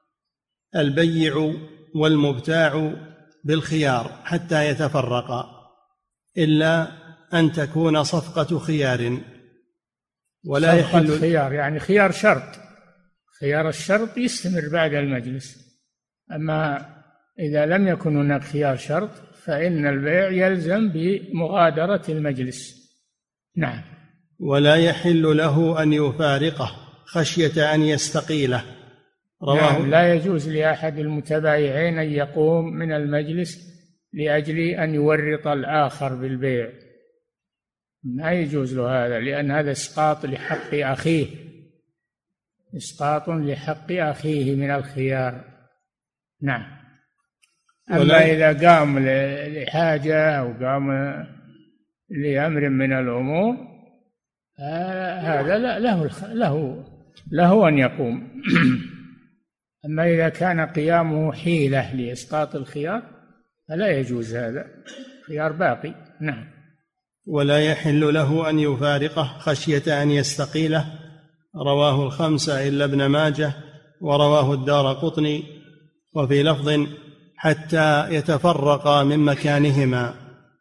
البيع والمبتاع بالخيار حتى يتفرقا إلا أن تكون صفقة خيار ولا يحل. خيار يعني خيار شرط، خيار الشرط يستمر بعد المجلس، أما إذا لم يكن هناك خيار شرط فإن البيع يلزم بمغادرة المجلس. نعم. ولا يحل له أن يفارقه خشية أن يستقيله. رواه. نعم. لا يجوز لأحد المتبايعين أن يقوم من المجلس لأجل أن يورط الآخر بالبيع، ما يجوز له هذا، لأن هذا إسقاط لحق أخيه، إسقاط لحق أخيه من الخيار. نعم. أما إذا قام لحاجة أو قام لأمر من الأمور هذا لا له له له أن يقوم. أما إذا كان قيامه حيلة لإسقاط الخيار فلا يجوز، هذا خيار باقي. نعم. ولا يحل له أن يفارقه خشية أن يستقيله. رواه الخمسة إلا ابن ماجه، ورواه الدارقطني. وفي لفظ: حتى يتفرقا من مكانهما،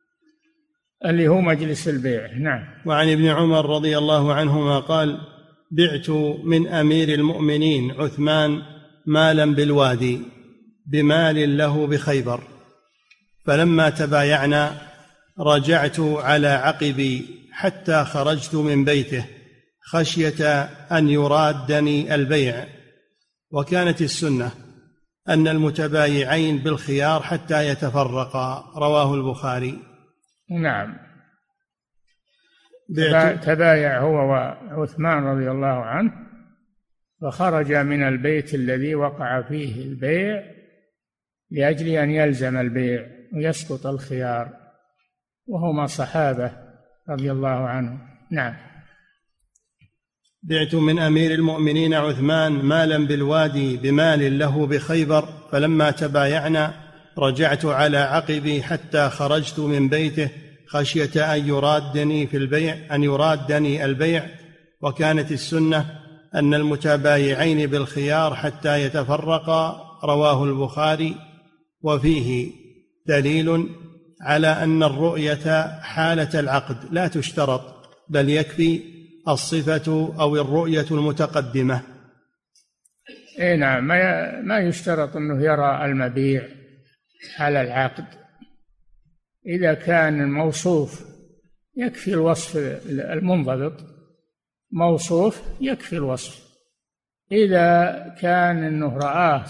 اللي هو مجلس البيع. نعم. وعن ابن عمر رضي الله عنهما قال: بعت من أمير المؤمنين عثمان مالا بالوادي بمال له بخيبر، فلما تبايعنا رجعت على عقبي حتى خرجت من بيته خشية أن يرادني البيع، وكانت السنة أن المتبايعين بالخيار حتى يتفرقا. رواه البخاري. نعم. تبايع هو وعثمان رضي الله عنه فخرج من البيت الذي وقع فيه البيع لأجل أن يلزم البيع ويسقط الخيار، وهما صحابة رضي الله عنهم. نعم. بعت من أمير المؤمنين عثمان مالا بالوادي بمال له بخيبر، فلما تبايعنا رجعت على عقبي حتى خرجت من بيته خشية أن يرادني في البيع أن يرادني البيع، وكانت السنة أن المتبايعين بالخيار حتى يتفرقا. رواه البخاري. وفيه دليل على أن الرؤية حالة العقد لا تشترط، بل يكفي الصفة أو الرؤية المتقدمة. إيه نعم، ما يشترط أنه يرى المبيع على العقد. إذا كان الموصوف يكفي الوصف المنضبط، موصوف يكفي الوصف. إذا كان أنه رآه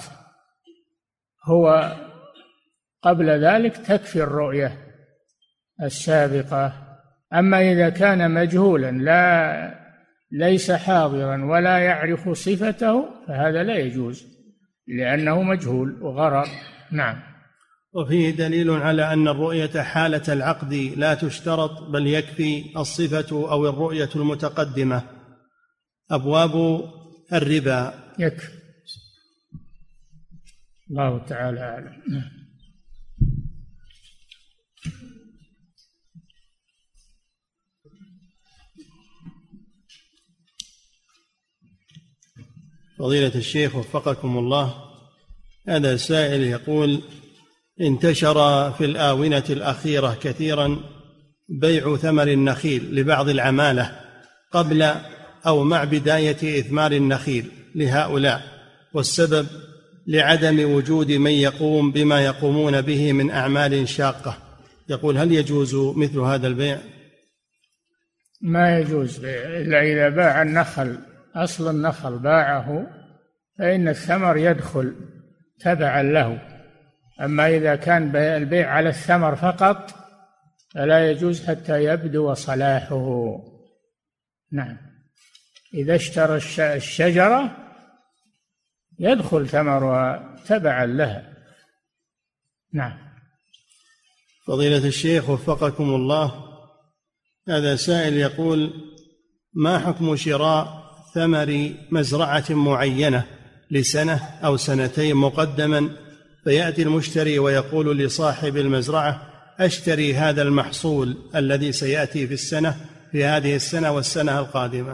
هو قبل ذلك تكفي الرؤية السابقة. أما إذا كان مجهولا لا ليس حاضرا ولا يعرف صفته فهذا لا يجوز، لأنه مجهول وغرر. نعم. وفيه دليل على أن الرؤية حالة العقد لا تشترط، بل يكفي الصفة أو الرؤية المتقدمة. أبواب الربا. يكفي. الله تعالى أعلم. فضيلة الشيخ وفقكم الله، هذا سائل يقول: انتشر في الآونة الأخيرة كثيرا بيع ثمر النخيل لبعض العمالة قبل أو مع بداية إثمار النخيل لهؤلاء، والسبب لعدم وجود من يقوم بما يقومون به من أعمال شاقة. يقول: هل يجوز مثل هذا البيع؟ ما يجوز إلا إذا باع النخل، أصل النخل باعه فإن الثمر يدخل تبعا له. أما إذا كان البيع على الثمر فقط فلا يجوز حتى يبدو صلاحه. نعم. إذا اشترى الشجرة يدخل ثمرها تبعا لها. نعم. فضيلة الشيخ وفقكم الله، هذا سائل يقول: ما حكم شراء ثمر مزرعة معينة لسنة أو سنتين مقدما، فيأتي المشتري ويقول لصاحب المزرعة: أشتري هذا المحصول الذي سيأتي في السنة في هذه السنة والسنة القادمة؟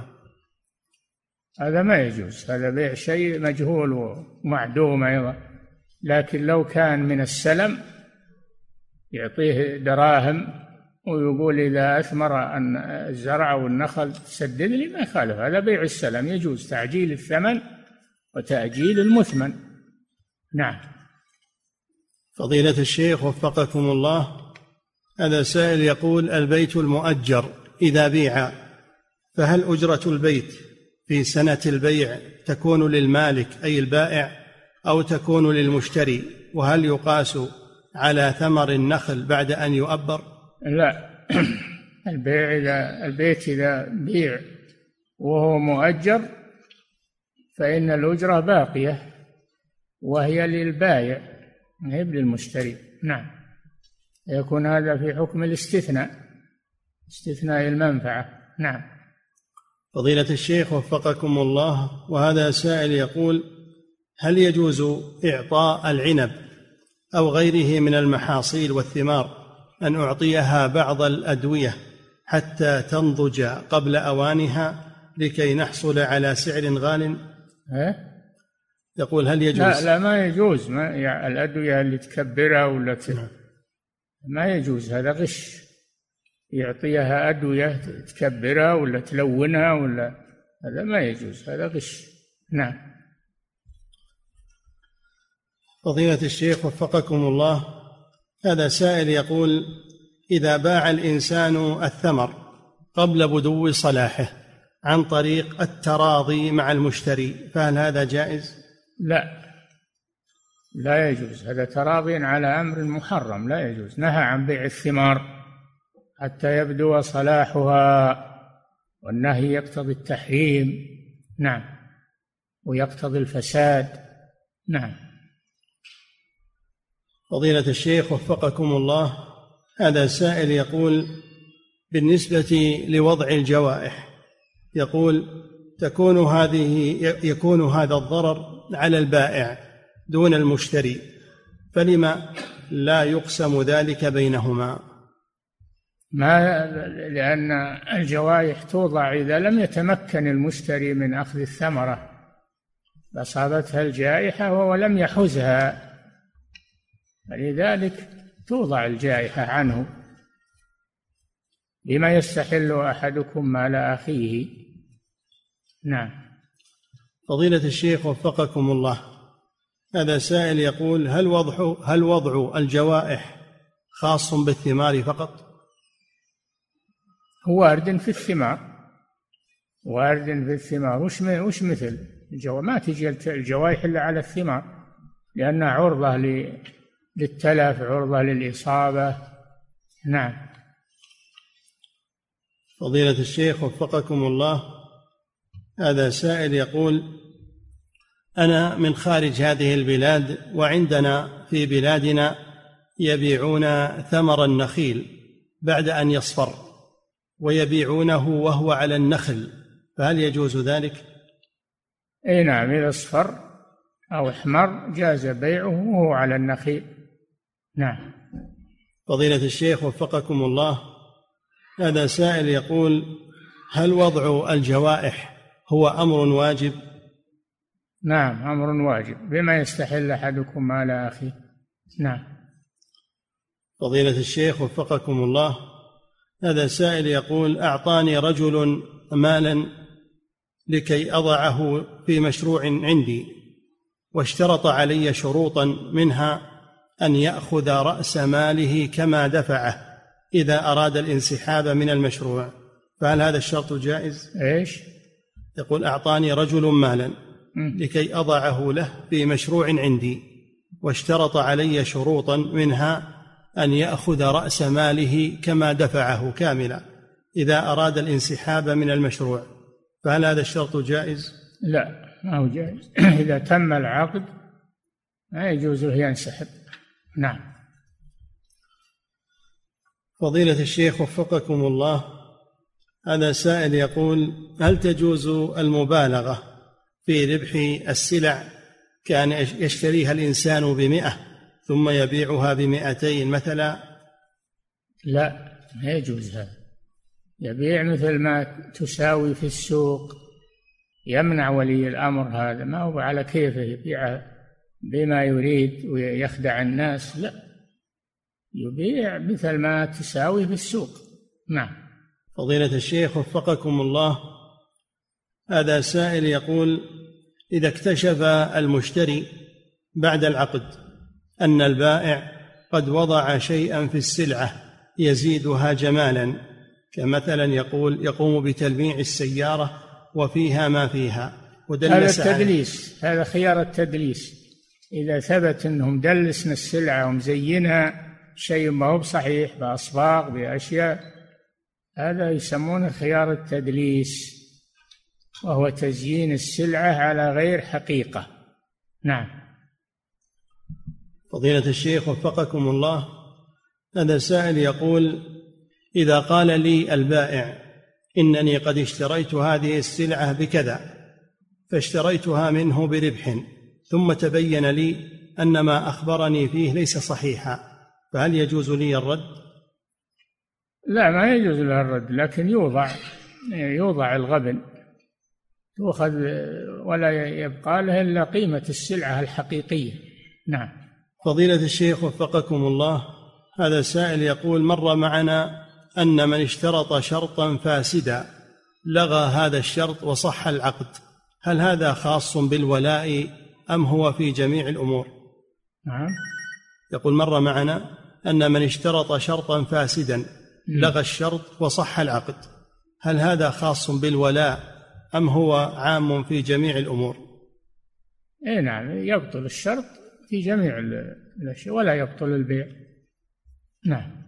هذا ما يجوز، هذا بيع شيء مجهول ومعدوم أيضا. لكن لو كان من السلم يعطيه دراهم ويقول إذا أثمر أن الزرع والنخل سدد لي، ما يخالف، هذا بيع السلم يجوز، تعجيل الثمن وتأجيل المثمن. نعم. فضيلة الشيخ وفقكم الله، هذا سائل يقول: البيت المؤجر إذا بيع فهل أجرة البيت في سنة البيع تكون للمالك أي البائع أو تكون للمشتري؟ وهل يقاس على ثمر النخل بعد أن يؤبر؟ لا. البيع إذا البيت إذا بيع وهو مؤجر فإن الأجرة باقية وهي للبائع ما هي للمشتري. نعم. يكون هذا في حكم الاستثناء، استثناء المنفعة. نعم. فضيلة الشيخ وفقكم الله، وهذا سائل يقول: هل يجوز إعطاء العنب أو غيره من المحاصيل والثمار أن أعطيها بعض الأدوية حتى تنضج قبل أوانها لكي نحصل على سعر غال؟ يقول: هل يجوز؟ لا لا ما يجوز. ما يعني الأدوية اللي تكبرها ولا ت... ما يجوز، هذا غش. يعطيها أدوية تكبرها ولا تلونها ولا، هذا ما يجوز، هذا غش. نعم. فضيلة الشيخ وفقكم الله، هذا سائل يقول: إذا باع الإنسان الثمر قبل بدو صلاحه عن طريق التراضي مع المشتري فهل هذا جائز؟ لا لا يجوز، هذا تراضي على أمر محرم، لا يجوز. نهى عن بيع الثمار حتى يبدو صلاحها، والنهي يقتضي التحريم. نعم. ويقتضي الفساد. نعم. فضيلة الشيخ وفقكم الله، هذا سائل يقول: بالنسبة لوضع الجوائح، يقول: تكون هذه يكون هذا الضرر على البائع دون المشتري، فلما لا يقسم ذلك بينهما؟ ما لأن الجوائح توضع إذا لم يتمكن المشتري من أخذ الثمرة، أصابتها الجائحة وهو لم يحوزها، فلذلك توضع الجائحة عنه. لما يستحل أحدكم مال أخيه. نعم. فضيلة الشيخ وفقكم الله، هذا سائل يقول: هل وضع هل وضع الجوائح خاص بالثمار فقط؟ هو وارد في الثمار، وارد في الثمار. وش وش مثل الجو ما تجي الجوائح إلا على الثمار، لأنها عرضة للتلف، عرضة للإصابة. نعم. فضيلة الشيخ وفقكم الله، هذا سائل يقول: أنا من خارج هذه البلاد، وعندنا في بلادنا يبيعون ثمر النخيل بعد أن يصفر، ويبيعونه وهو على النخل، فهل يجوز ذلك؟ أي نعم، إذا اصفر أو احمر جاز بيعه وهو على النخيل. نعم. فضيلة الشيخ وفقكم الله، هذا سائل يقول: هل وضع الجوائح هو أمر واجب؟ نعم، أمر واجب، بما يستحل أحدكم مال أخيه. نعم. فضيلة الشيخ وفقكم الله، هذا سائل يقول: أعطاني رجل مالا لكي أضعه في مشروع عندي، واشترط علي شروطا، منها أن يأخذ رأس ماله كما دفعه إذا أراد الانسحاب من المشروع، فهل هذا الشرط جائز؟ إيش؟ يقول: أعطاني رجل مالا لكي أضعه له في مشروع عندي، واشترط علي شروطا، منها أن يأخذ رأس ماله كما دفعه كاملا إذا أراد الانسحاب من المشروع، فهل هذا الشرط جائز؟ لا، ما هو جائز. إذا تم العقد ما يجوز له ينسحب. نعم. فضيلة الشيخ وفقكم الله، هذا سائل يقول: هل تجوز المبالغة في ربح السلع، كان يشتريها الإنسان بمئة ثم يبيعها بمئتين مثلا؟ لا، ما يجوز هذا. يبيع مثل ما تساوي في السوق. يمنع ولي الأمر هذا، ما هو على كيفه يبيع بما يريد ويخدع الناس، لا، يبيع مثل ما تساوي في السوق. نعم. فضيلة الشيخ وفقكم الله، هذا سائل يقول: إذا اكتشف المشتري بعد العقد أن البائع قد وضع شيئا في السلعة يزيدها جمالا، كمثلا يقول يقوم بتلميع السيارة وفيها ما فيها، ودلس هذا التدليس، هذا خيار التدليس. إذا ثبت أنهم دلسنا السلعة ومزينها شيء ما هو بصحيح، بأصباغ بأشياء، هذا يسمونه خيار التدليس، وهو تزيين السلعة على غير حقيقة. نعم. فضيلة الشيخ وفقكم الله، هذا سائل يقول: إذا قال لي البائع إنني قد اشتريت هذه السلعة بكذا، فاشتريتها منه بربح، ثم تبين لي أن ما أخبرني فيه ليس صحيحا، فهل يجوز لي الرد؟ لا، ما يجوز له الرد، لكن يوضع يوضع الغبن، تؤخذ ولا يبقى له إلا قيمة السلعة الحقيقية. نعم. فضيلة الشيخ وفقكم الله، هذا سائل يقول: مر معنا أن من اشترط شرطا فاسدا لغى هذا الشرط وصح العقد، هل هذا خاص بالولاء أم هو في جميع الأمور؟ نعم. يقول: مر معنا أن من اشترط شرطا فاسدا لغى الشرط وصح العقد، هل هذا خاص بالولاء أم هو عام في جميع الأمور؟ إيه نعم، يبطل الشرط في جميع الأشياء ولا يبطل البيع. نعم.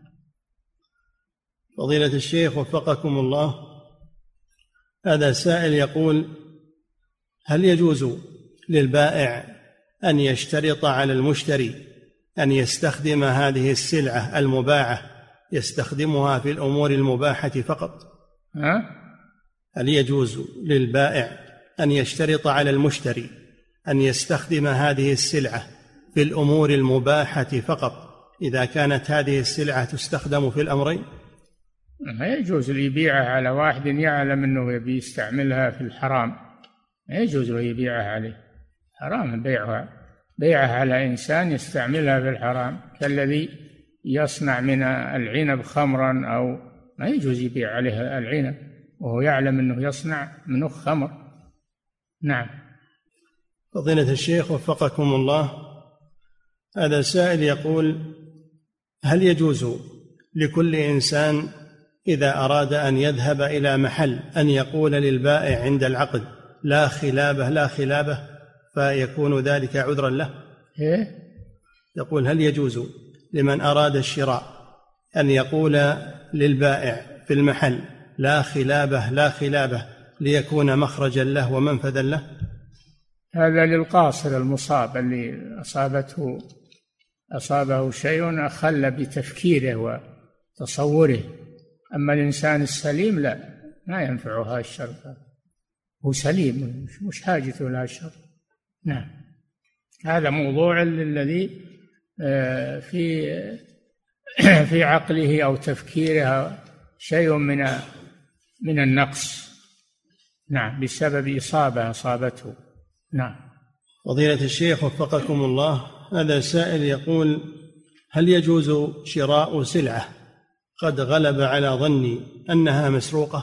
فضيلة الشيخ وفقكم الله، هذا سائل يقول: هل يجوز للبائع أن يشترط على المشتري أن يستخدم هذه السلعة المباحة يستخدمها في الأمور المباحة فقط؟ ها؟ هل يجوز للبائع أن يشترط على المشتري أن يستخدم هذه السلعة في الأمور المباحة فقط إذا كانت هذه السلعة تستخدم في الأمرين؟ ما يجوز يبيعها على واحد يعلم أنه يبي يستعملها في الحرام، ما يجوز له يبيعها عليه، حرام بيعها بيعها على إنسان يستعملها في الحرام، كالذي يصنع من العنب خمرا، أو ما يجوز يبيع عليه العنب وهو يعلم أنه يصنع منه خمر. نعم. فضيلة الشيخ وفقكم الله، هذا سائل يقول: هل يجوز لكل إنسان إذا أراد أن يذهب إلى محل أن يقول للبائع عند العقد لا خلابة لا خلابة فيكون ذلك عذرا له؟ إيه؟ يقول: هل يجوز لمن أراد الشراء أن يقول للبائع في المحل لا خلابة لا خلابة ليكون مخرجا له ومنفذا له؟ هذا للقاصر المصاب اللي أصابته أصابه شيء أخل بتفكيره وتصوره، أما الإنسان السليم لا، ما ينفعه الشر، هو سليم مش حاجته لها الشر. نعم. هذا موضوع الذي في في عقله أو تفكيره شيء من من النقص، نعم، بسبب إصابة أصابته. نعم. فضيلة الشيخ وفقكم الله، هذا سائل يقول: هل يجوز شراء سلعة قد غلب على ظني أنها مسروقة؟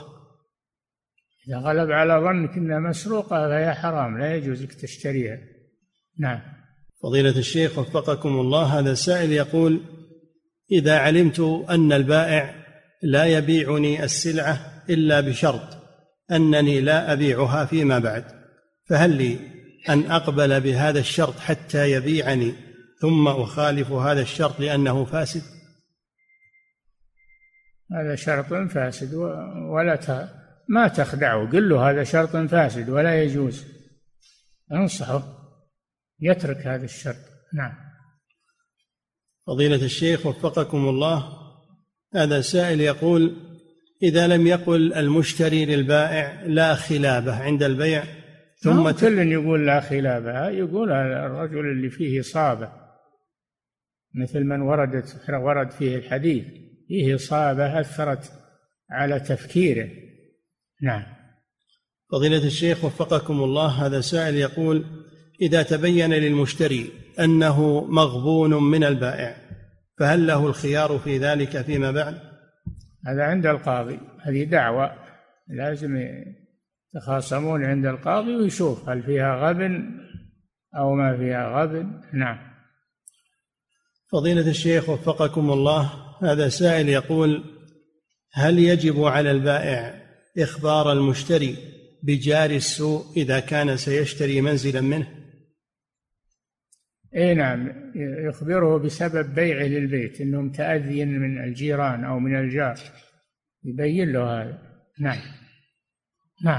إذا غلب على ظنك أنها مسروقة فهي حرام، لا يجوز لك تشتريها. نعم. فضيلة الشيخ وفقكم الله، هذا سائل يقول: إذا علمت أن البائع لا يبيعني السلعة إلا بشرط أنني لا أبيعها فيما بعد، فهل لي أن أقبل بهذا الشرط حتى يبيعني ثم أخالف هذا الشرط لأنه فاسد؟ هذا شرط فاسد، ولا ت... ما تخدعه، قل له هذا شرط فاسد ولا يجوز، انصحه يترك هذا الشرط. نعم. فضيلة الشيخ وفقكم الله، هذا سائل يقول: إذا لم يقل المشتري للبائع لا خلابة عند البيع ثم كل يقول لا خلابة، يقول الرجل اللي فيه إصابة، مثل من وردت ورد فيه الحديث فيه إصابة أثرت على تفكيره. نعم. فضيلة الشيخ وفقكم الله، هذا سائل يقول: إذا تبين للمشتري أنه مغبون من البائع فهل له الخيار في ذلك فيما بعد؟ هذا عند القاضي، هذه دعوة لازم يتخاصمون عند القاضي ويشوف هل فيها غبن أو ما فيها غبن. نعم. فضيلة الشيخ وفقكم الله، هذا سائل يقول: هل يجب على البائع إخبار المشتري بجار السوء إذا كان سيشتري منزلا منه؟ اي نعم، يخبره بسبب بيعه للبيت انه متأذي من الجيران او من الجار، يبين له هذا. نعم. نعم.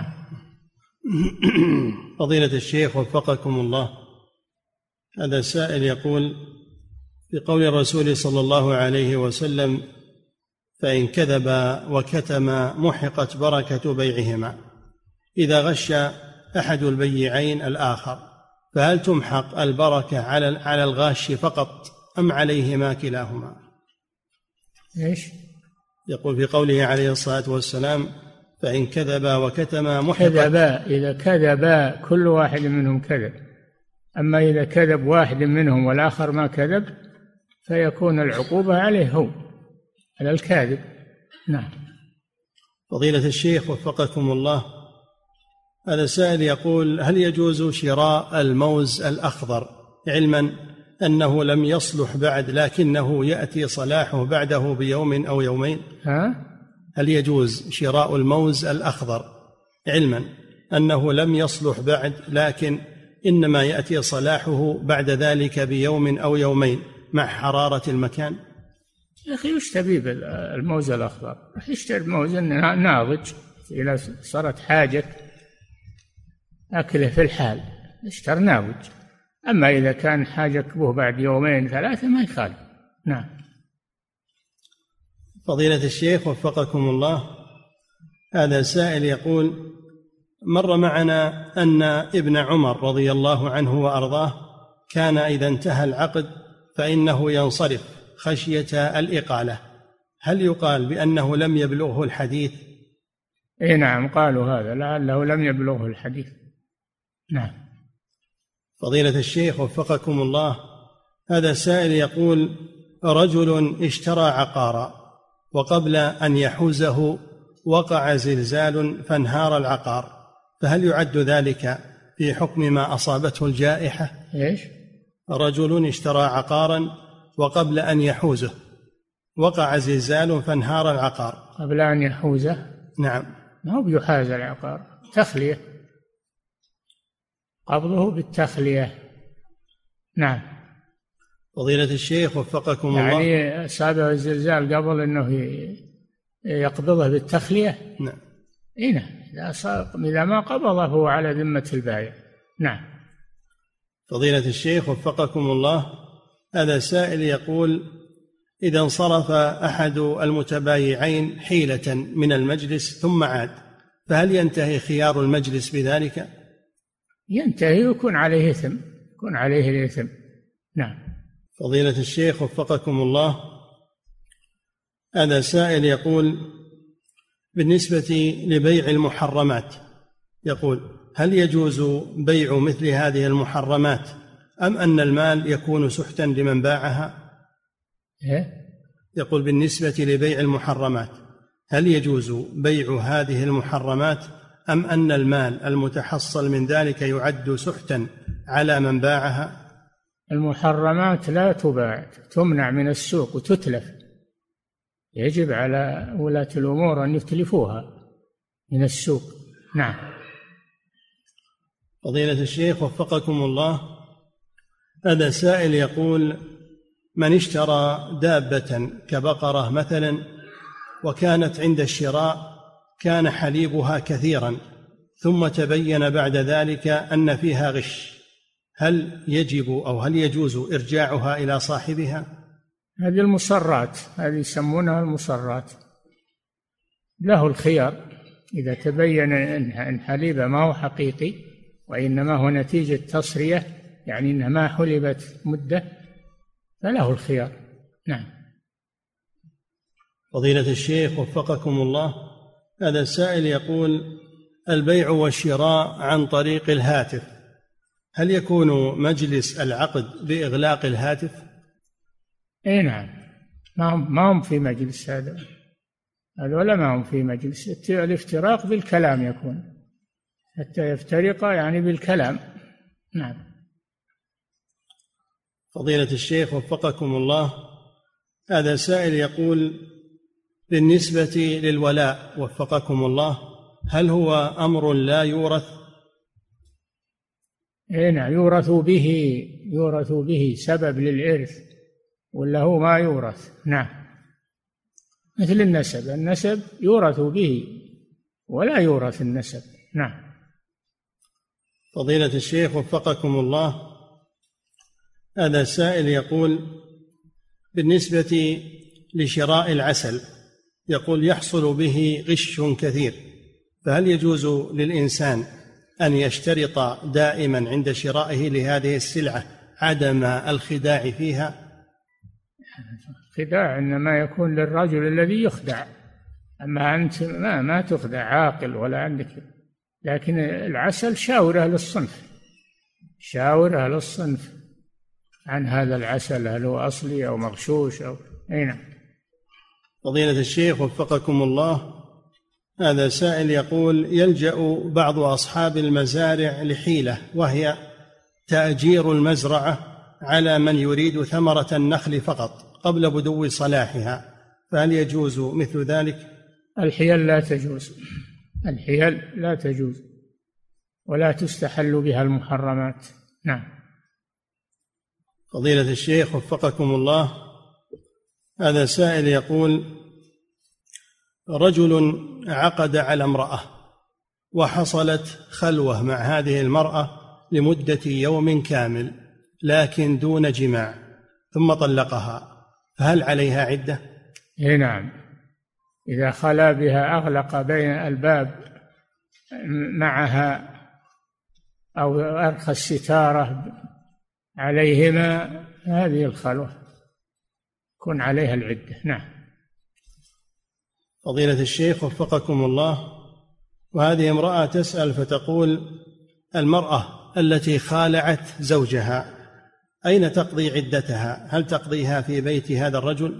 فضيلة الشيخ وفقكم الله، هذا سائل يقول: في قول الرسول صلى الله عليه وسلم: فإن كذب وكتم محقت بركة بيعهما، إذا غش أحد البيعين الآخر فهل تمحق البركة على على الغاش فقط أم عليهما كلاهما؟ إيش؟ يقول في قوله عليه الصلاة والسلام: فإن كذب وكتم محقت. كذبا، إذا كذبا كل واحد منهم كذب، أما إذا كذب واحد منهم والآخر ما كذب فيكون العقوبة عليه هو، على الكاذب. نعم. فضيلة الشيخ وفقكم الله، هذا سائل يقول: هل يجوز شراء الموز الأخضر علما أنه لم يصلح بعد لكنه يأتي صلاحه بعده بيوم أو يومين؟ ها؟ هل يجوز شراء الموز الأخضر علما أنه لم يصلح بعد لكن إنما يأتي صلاحه بعد ذلك بيوم أو يومين مع حرارة المكان؟ يا أخي وش تبي الموز الأخضر؟ راح يشتري موز ناضج، إذا صارت حاجة أكله في الحال اشتر ناضج، أما إذا كان حاجك به بعد يومين ثلاثة ما يخالف. نعم. فضيلة الشيخ وفقكم الله، هذا سائل يقول: مر معنا أن ابن عمر رضي الله عنه وأرضاه كان إذا انتهى العقد فإنه ينصرف خشية الإقالة، هل يقال بأنه لم يبلغه الحديث؟ إيه نعم، قالوا هذا لعله لم يبلغه الحديث. نعم. فضيلة الشيخ وفقكم الله، هذا سائل يقول: رجل اشترى عقارا وقبل أن يحوزه وقع زلزال فانهار العقار، فهل يعد ذلك في حكم ما أصابته الجائحة؟ إيش؟ رجل اشترى عقارا وقبل أن يحوزه وقع زلزال فانهار العقار. قبل أن يحوزه؟ نعم. ما هو بيحاز العقار، تخلية، قبضه بالتخلية. نعم. فضيلة الشيخ وفقكم الله، يعني أصابه الزلزال قبل أنه يقبضه بالتخلية؟ نعم. إيه نعم، إذا, إذا ما قبضه فهو على ذمة البائع. نعم. فضيلة الشيخ وفقكم الله، هذا سائل يقول: إذا انصرف أحد المتبايعين حيلة من المجلس ثم عاد، فهل ينتهي خيار المجلس بذلك؟ ينتهي ويكون عليه إثم، يكون عليه الإثم. نعم. فضيلة الشيخ وفقكم الله، هذا سائل يقول: بالنسبة لبيع المحرمات، يقول: هل يجوز بيع مثل هذه المحرمات أم أن المال يكون سحتا لمن باعها؟ إيه؟ يقول: بالنسبة لبيع المحرمات هل يجوز بيع هذه المحرمات أم أن المال المتحصل من ذلك يعد سحتا على من باعها؟ المحرمات لا تباع، تمنع من السوق وتتلف، يجب على ولاة الأمور أن يتلفوها من السوق. نعم. فضيلة الشيخ وفقكم الله، هذا سائل يقول: من اشترى دابة كبقرة مثلا وكانت عند الشراء كان حليبها كثيرا ثم تبين بعد ذلك أن فيها غش، هل يجب أو هل يجوز إرجاعها إلى صاحبها؟ هذه المصرات، هذه يسمونها المصرات، له الخيار إذا تبين أن حليبه ما هو حقيقي وإنما هو نتيجة تصرية، يعني إنها ما حلبت مدة، فله الخيار. نعم. فضيلة الشيخ وفقكم الله، هذا السائل يقول: البيع والشراء عن طريق الهاتف، هل يكون مجلس العقد بإغلاق الهاتف؟ اي نعم، ما هم ما هم في مجلس، هذا هذول ما هم في مجلس. الافتراق بالكلام يكون، حتى يفترقا يعني بالكلام. نعم. فضيلة الشيخ وفقكم الله، هذا سائل يقول: بالنسبة للولاء وفقكم الله، هل هو أمر لا يورث؟ اي نعم، يورث به، يورث به سبب للإرث، ولا هو ما يورث. نعم. مثل النسب، النسب يورث به ولا يورث النسب. نعم. فضيلة الشيخ وفقكم الله، هذا سائل يقول: بالنسبة لشراء العسل، يقول: يحصل به غش كثير، فهل يجوز للإنسان أن يشترط دائما عند شرائه لهذه السلعة عدم الخداع فيها؟ خداع إنما يكون للرجل الذي يخدع، أما أنت ما, ما تخدع، عاقل ولا عندك. لكن العسل شاور أهل الصنف، شاور أهل الصنف عن هذا العسل هل هو أصلي أو مغشوش أو أين. فضيلة الشيخ وفقكم الله، هذا سائل يقول: يلجأ بعض أصحاب المزارع لحيلة، وهي تأجير المزرعة على من يريد ثمرة النخل فقط قبل بدو صلاحها، فهل يجوز مثل ذلك؟ الحيل لا تجوز، الحيل لا تجوز ولا تستحل بها المحرمات. نعم. فضيلة الشيخ وفقكم الله، هذا سائل يقول: رجل عقد على امرأة وحصلت خلوة مع هذه المرأة لمدة يوم كامل، لكن دون جماع ثم طلقها، فهل عليها عدة؟ إيه نعم، إذا خلا بها أغلق بين الباب معها أو أرخى الستارة عليهما، هذه الخلوة يكون عليها العدة. نعم. فضيلة الشيخ وفقكم الله، وهذه امرأة تسأل فتقول: المرأة التي خالعت زوجها أين تقضي عدتها؟ هل تقضيها في بيت هذا الرجل؟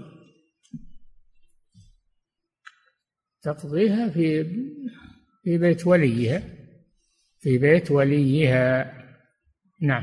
تقضيها في في بيت وليها، في بيت وليها. نعم.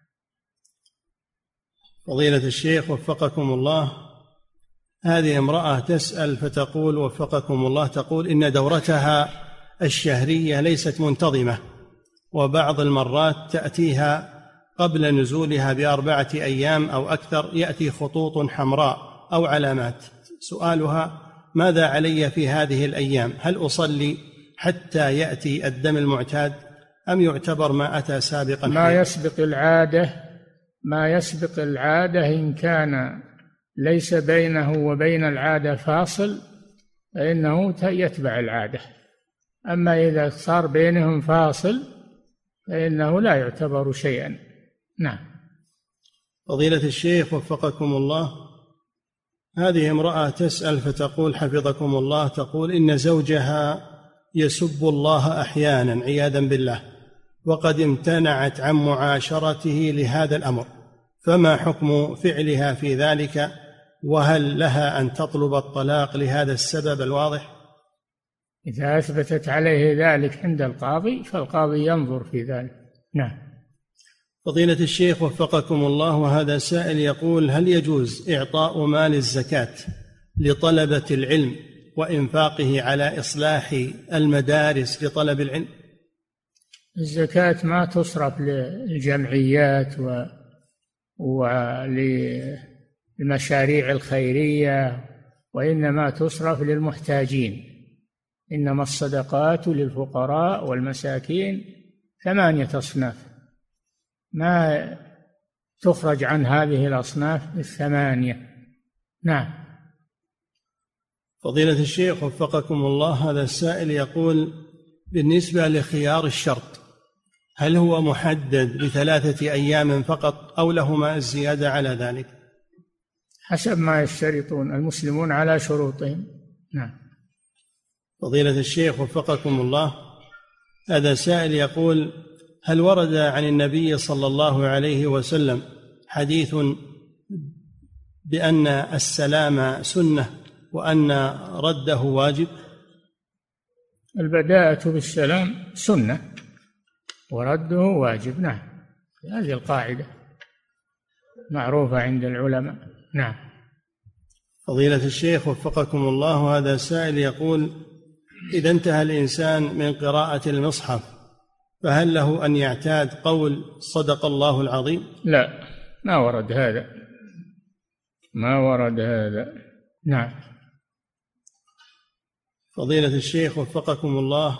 فضيلة الشيخ وفقكم الله، هذه امرأة تسأل فتقول وفقكم الله، تقول إن دورتها الشهرية ليست منتظمة، وبعض المرات تأتيها قبل نزولها بأربعة أيام أو أكثر يأتي خطوط حمراء أو علامات. سؤالها: ماذا علي في هذه الأيام؟ هل أصلي حتى يأتي الدم المعتاد أم يعتبر ما أتى سابقا؟ ما يسبق العادة، ما يسبق العادة إن كان ليس بينه وبين العادة فاصل فإنه يتبع العادة، أما إذا صار بينهم فاصل فإنه لا يعتبر شيئا. نعم. فضيلة الشيخ وفقكم الله، هذه امرأة تسأل فتقول حفظكم الله، تقول إن زوجها يسب الله أحيانا عياذا بالله، وقد امتنعت عن معاشرته لهذا الأمر، فما حكم فعلها في ذلك؟ وهل لها أن تطلب الطلاق لهذا السبب الواضح؟ إذا أثبتت عليه ذلك عند القاضي فالقاضي ينظر في ذلك. نعم. فضيلة الشيخ وفقكم الله، وهذا سائل يقول: هل يجوز إعطاء مال الزكاة لطلبة العلم وإنفاقه على إصلاح المدارس لطلب العلم؟ الزكاة ما تصرف للجمعيات و... وللمشاريع الخيرية، وإنما تصرف للمحتاجين. إنما الصدقات للفقراء والمساكين ثمانية أصناف، ما تخرج عن هذه الأصناف الثمانية. نعم. فضيلة الشيخ وفقكم الله، هذا السائل يقول: بالنسبة لخيار الشرط، هل هو محدد بثلاثة أيام فقط أو له ما الزيادة على ذلك؟ حسب ما يشترطون المسلمون على شروطهم. نعم. فضيلة الشيخ وفقكم الله، هذا سائل يقول: هل ورد عن النبي صلى الله عليه وسلم حديث بأن السلام سنة وأن رده واجب؟ البداءة بالسلام سنة ورده واجب. نعم، هذه القاعدة معروفة عند العلماء. نعم. فضيلة الشيخ وفقكم الله، هذا سائل يقول: إذا انتهى الإنسان من قراءة المصحف فهل له أن يعتاد قول صدق الله العظيم؟ لا، ما ورد هذا، ما ورد هذا. نعم. فضيلة الشيخ وفقكم الله،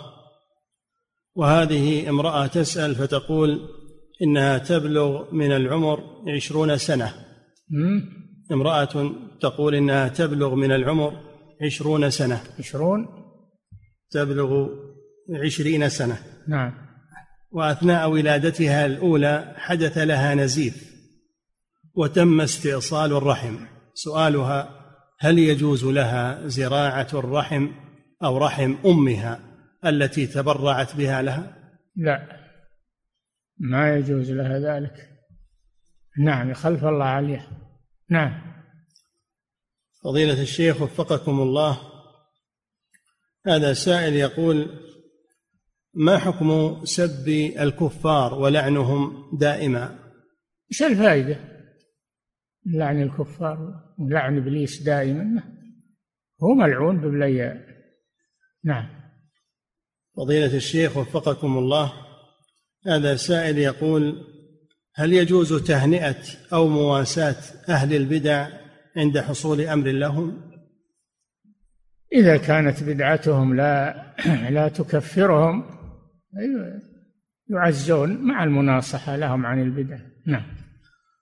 وهذه امرأة تسأل فتقول إنها تبلغ من العمر عشرون سنة. م? امرأة تقول إنها تبلغ من العمر عشرون سنة. عشرون؟ تبلغ عشرين سنة. نعم. وأثناء ولادتها الأولى حدث لها نزيف وتم استئصال الرحم. سؤالها: هل يجوز لها زراعة الرحم أو رحم أمها التي تبرعت بها لها؟ لا، ما يجوز لها ذلك. نعم، يخلف الله عليها. نعم. فضيلة الشيخ وفقكم الله، هذا سائل يقول: ما حكم سب الكفار ولعنهم دائما؟ ايش الفائدة لعن الكفار ولعن ابليس دائما؟ هو ملعون ببلياء. نعم. فضيلة الشيخ وفقكم الله، هذا سائل يقول: هل يجوز تهنئة أو مواساة أهل البدع عند حصول أمر لهم؟ إذا كانت بدعتهم لا لا تكفرهم يعزون مع المناصحة لهم عن البدع. نعم.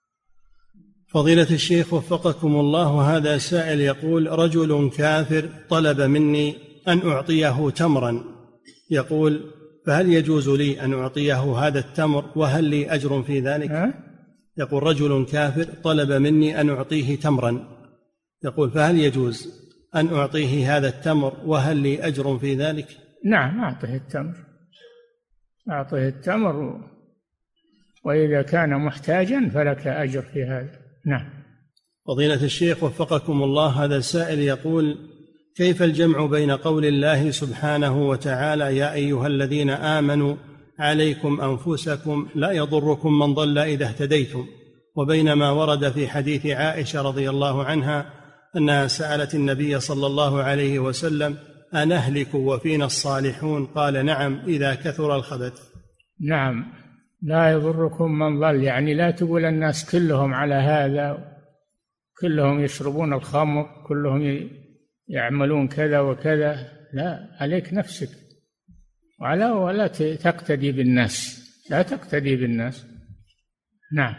فضيلة الشيخ وفقكم الله، هذا سائل يقول: رجل كافر طلب مني أن أعطيه تمرا، يقول: فهل يجوز لي أن أعطيه هذا التمر وهل لي أجر في ذلك؟ أه؟ يقول: رجل كافر طلب مني أن أعطيه تمرا، يقول: فهل يجوز أن أعطيه هذا التمر وهل لي أجر في ذلك؟ نعم، أعطه التمر، أعطه التمر، وإذا كان محتاجا فلك أجر في هذا. نعم. فضيلة الشيخ وفقكم الله، هذا السائل يقول: كيف الجمع بين قول الله سبحانه وتعالى: يا أيها الذين آمنوا عليكم أنفسكم لا يضركم من ضل إذا اهتديتم، وبين ما ورد في حديث عائشة رضي الله عنها أنها سألت النبي صلى الله عليه وسلم: أنهلك وفينا الصالحون؟ قال: نعم، إذا كثر الخبث. نعم، لا يضركم من ضل، يعني لا تقول الناس كلهم على هذا، كلهم يشربون الخمر، كلهم يعملون كذا وكذا، لا، عليك نفسك، وعلى ولا تقتدي بالناس، لا تقتدي بالناس. نعم.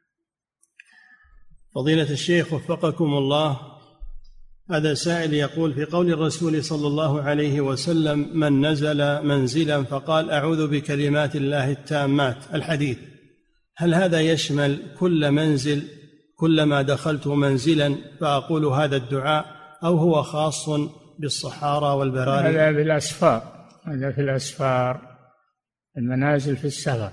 فضيلة الشيخ وفقكم الله، هذا سائل يقول: في قول الرسول صلى الله عليه وسلم: من نزل منزلا فقال أعوذ بكلمات الله التامات، الحديث، هل هذا يشمل كل منزل، كلما دخلت منزلا فأقول هذا الدعاء، أو هو خاص بالصحارى والبراري؟ هذا بالأسفار، هذا في الأسفار، المنازل في السفر.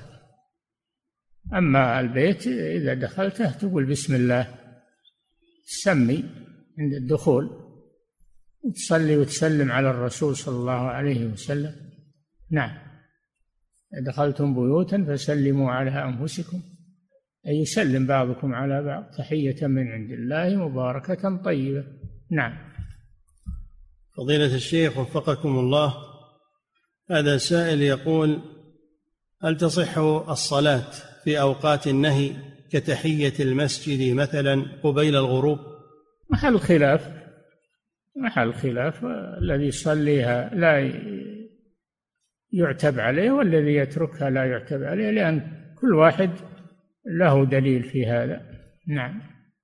أما البيت إذا دخلته تقول بسم الله، تسمي عند الدخول، وتصلي وتسلم على الرسول صلى الله عليه وسلم. نعم. دخلتم بيوتا فسلموا على أنفسكم، أي يسلم بعضكم على بعض تحية من عند الله مباركة طيبة. نعم. فضيلة الشيخ وفقكم الله، هذا سائل يقول: هل تصح الصلاة في أوقات النهي كتحية المسجد مثلا قبيل الغروب؟ محل خلاف، محل خلاف، الذي يصليها لا يعتب عليه، والذي يتركها لا يعتب عليه، لأن كل واحد له دليل في هذا. نعم.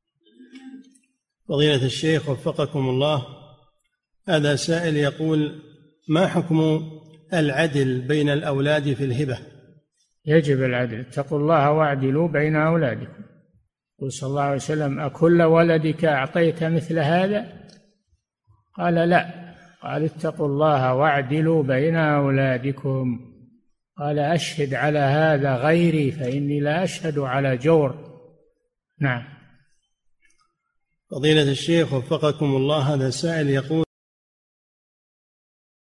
فضيلة الشيخ وفقكم الله، هذا سائل يقول: ما حكم العدل بين الأولاد في الهبة؟ يجب العدل، اتقوا الله واعدلوا بين أولادكم. قال صلى الله عليه وسلم: أكل ولدك أعطيت مثل هذا؟ قال: لا. قال: اتقوا الله واعدلوا بين أولادكم. قال: أشهد على هذا غيري فإني لا أشهد على جور. نعم. فضيلة الشيخ وفقكم الله، هذا سائل يقول: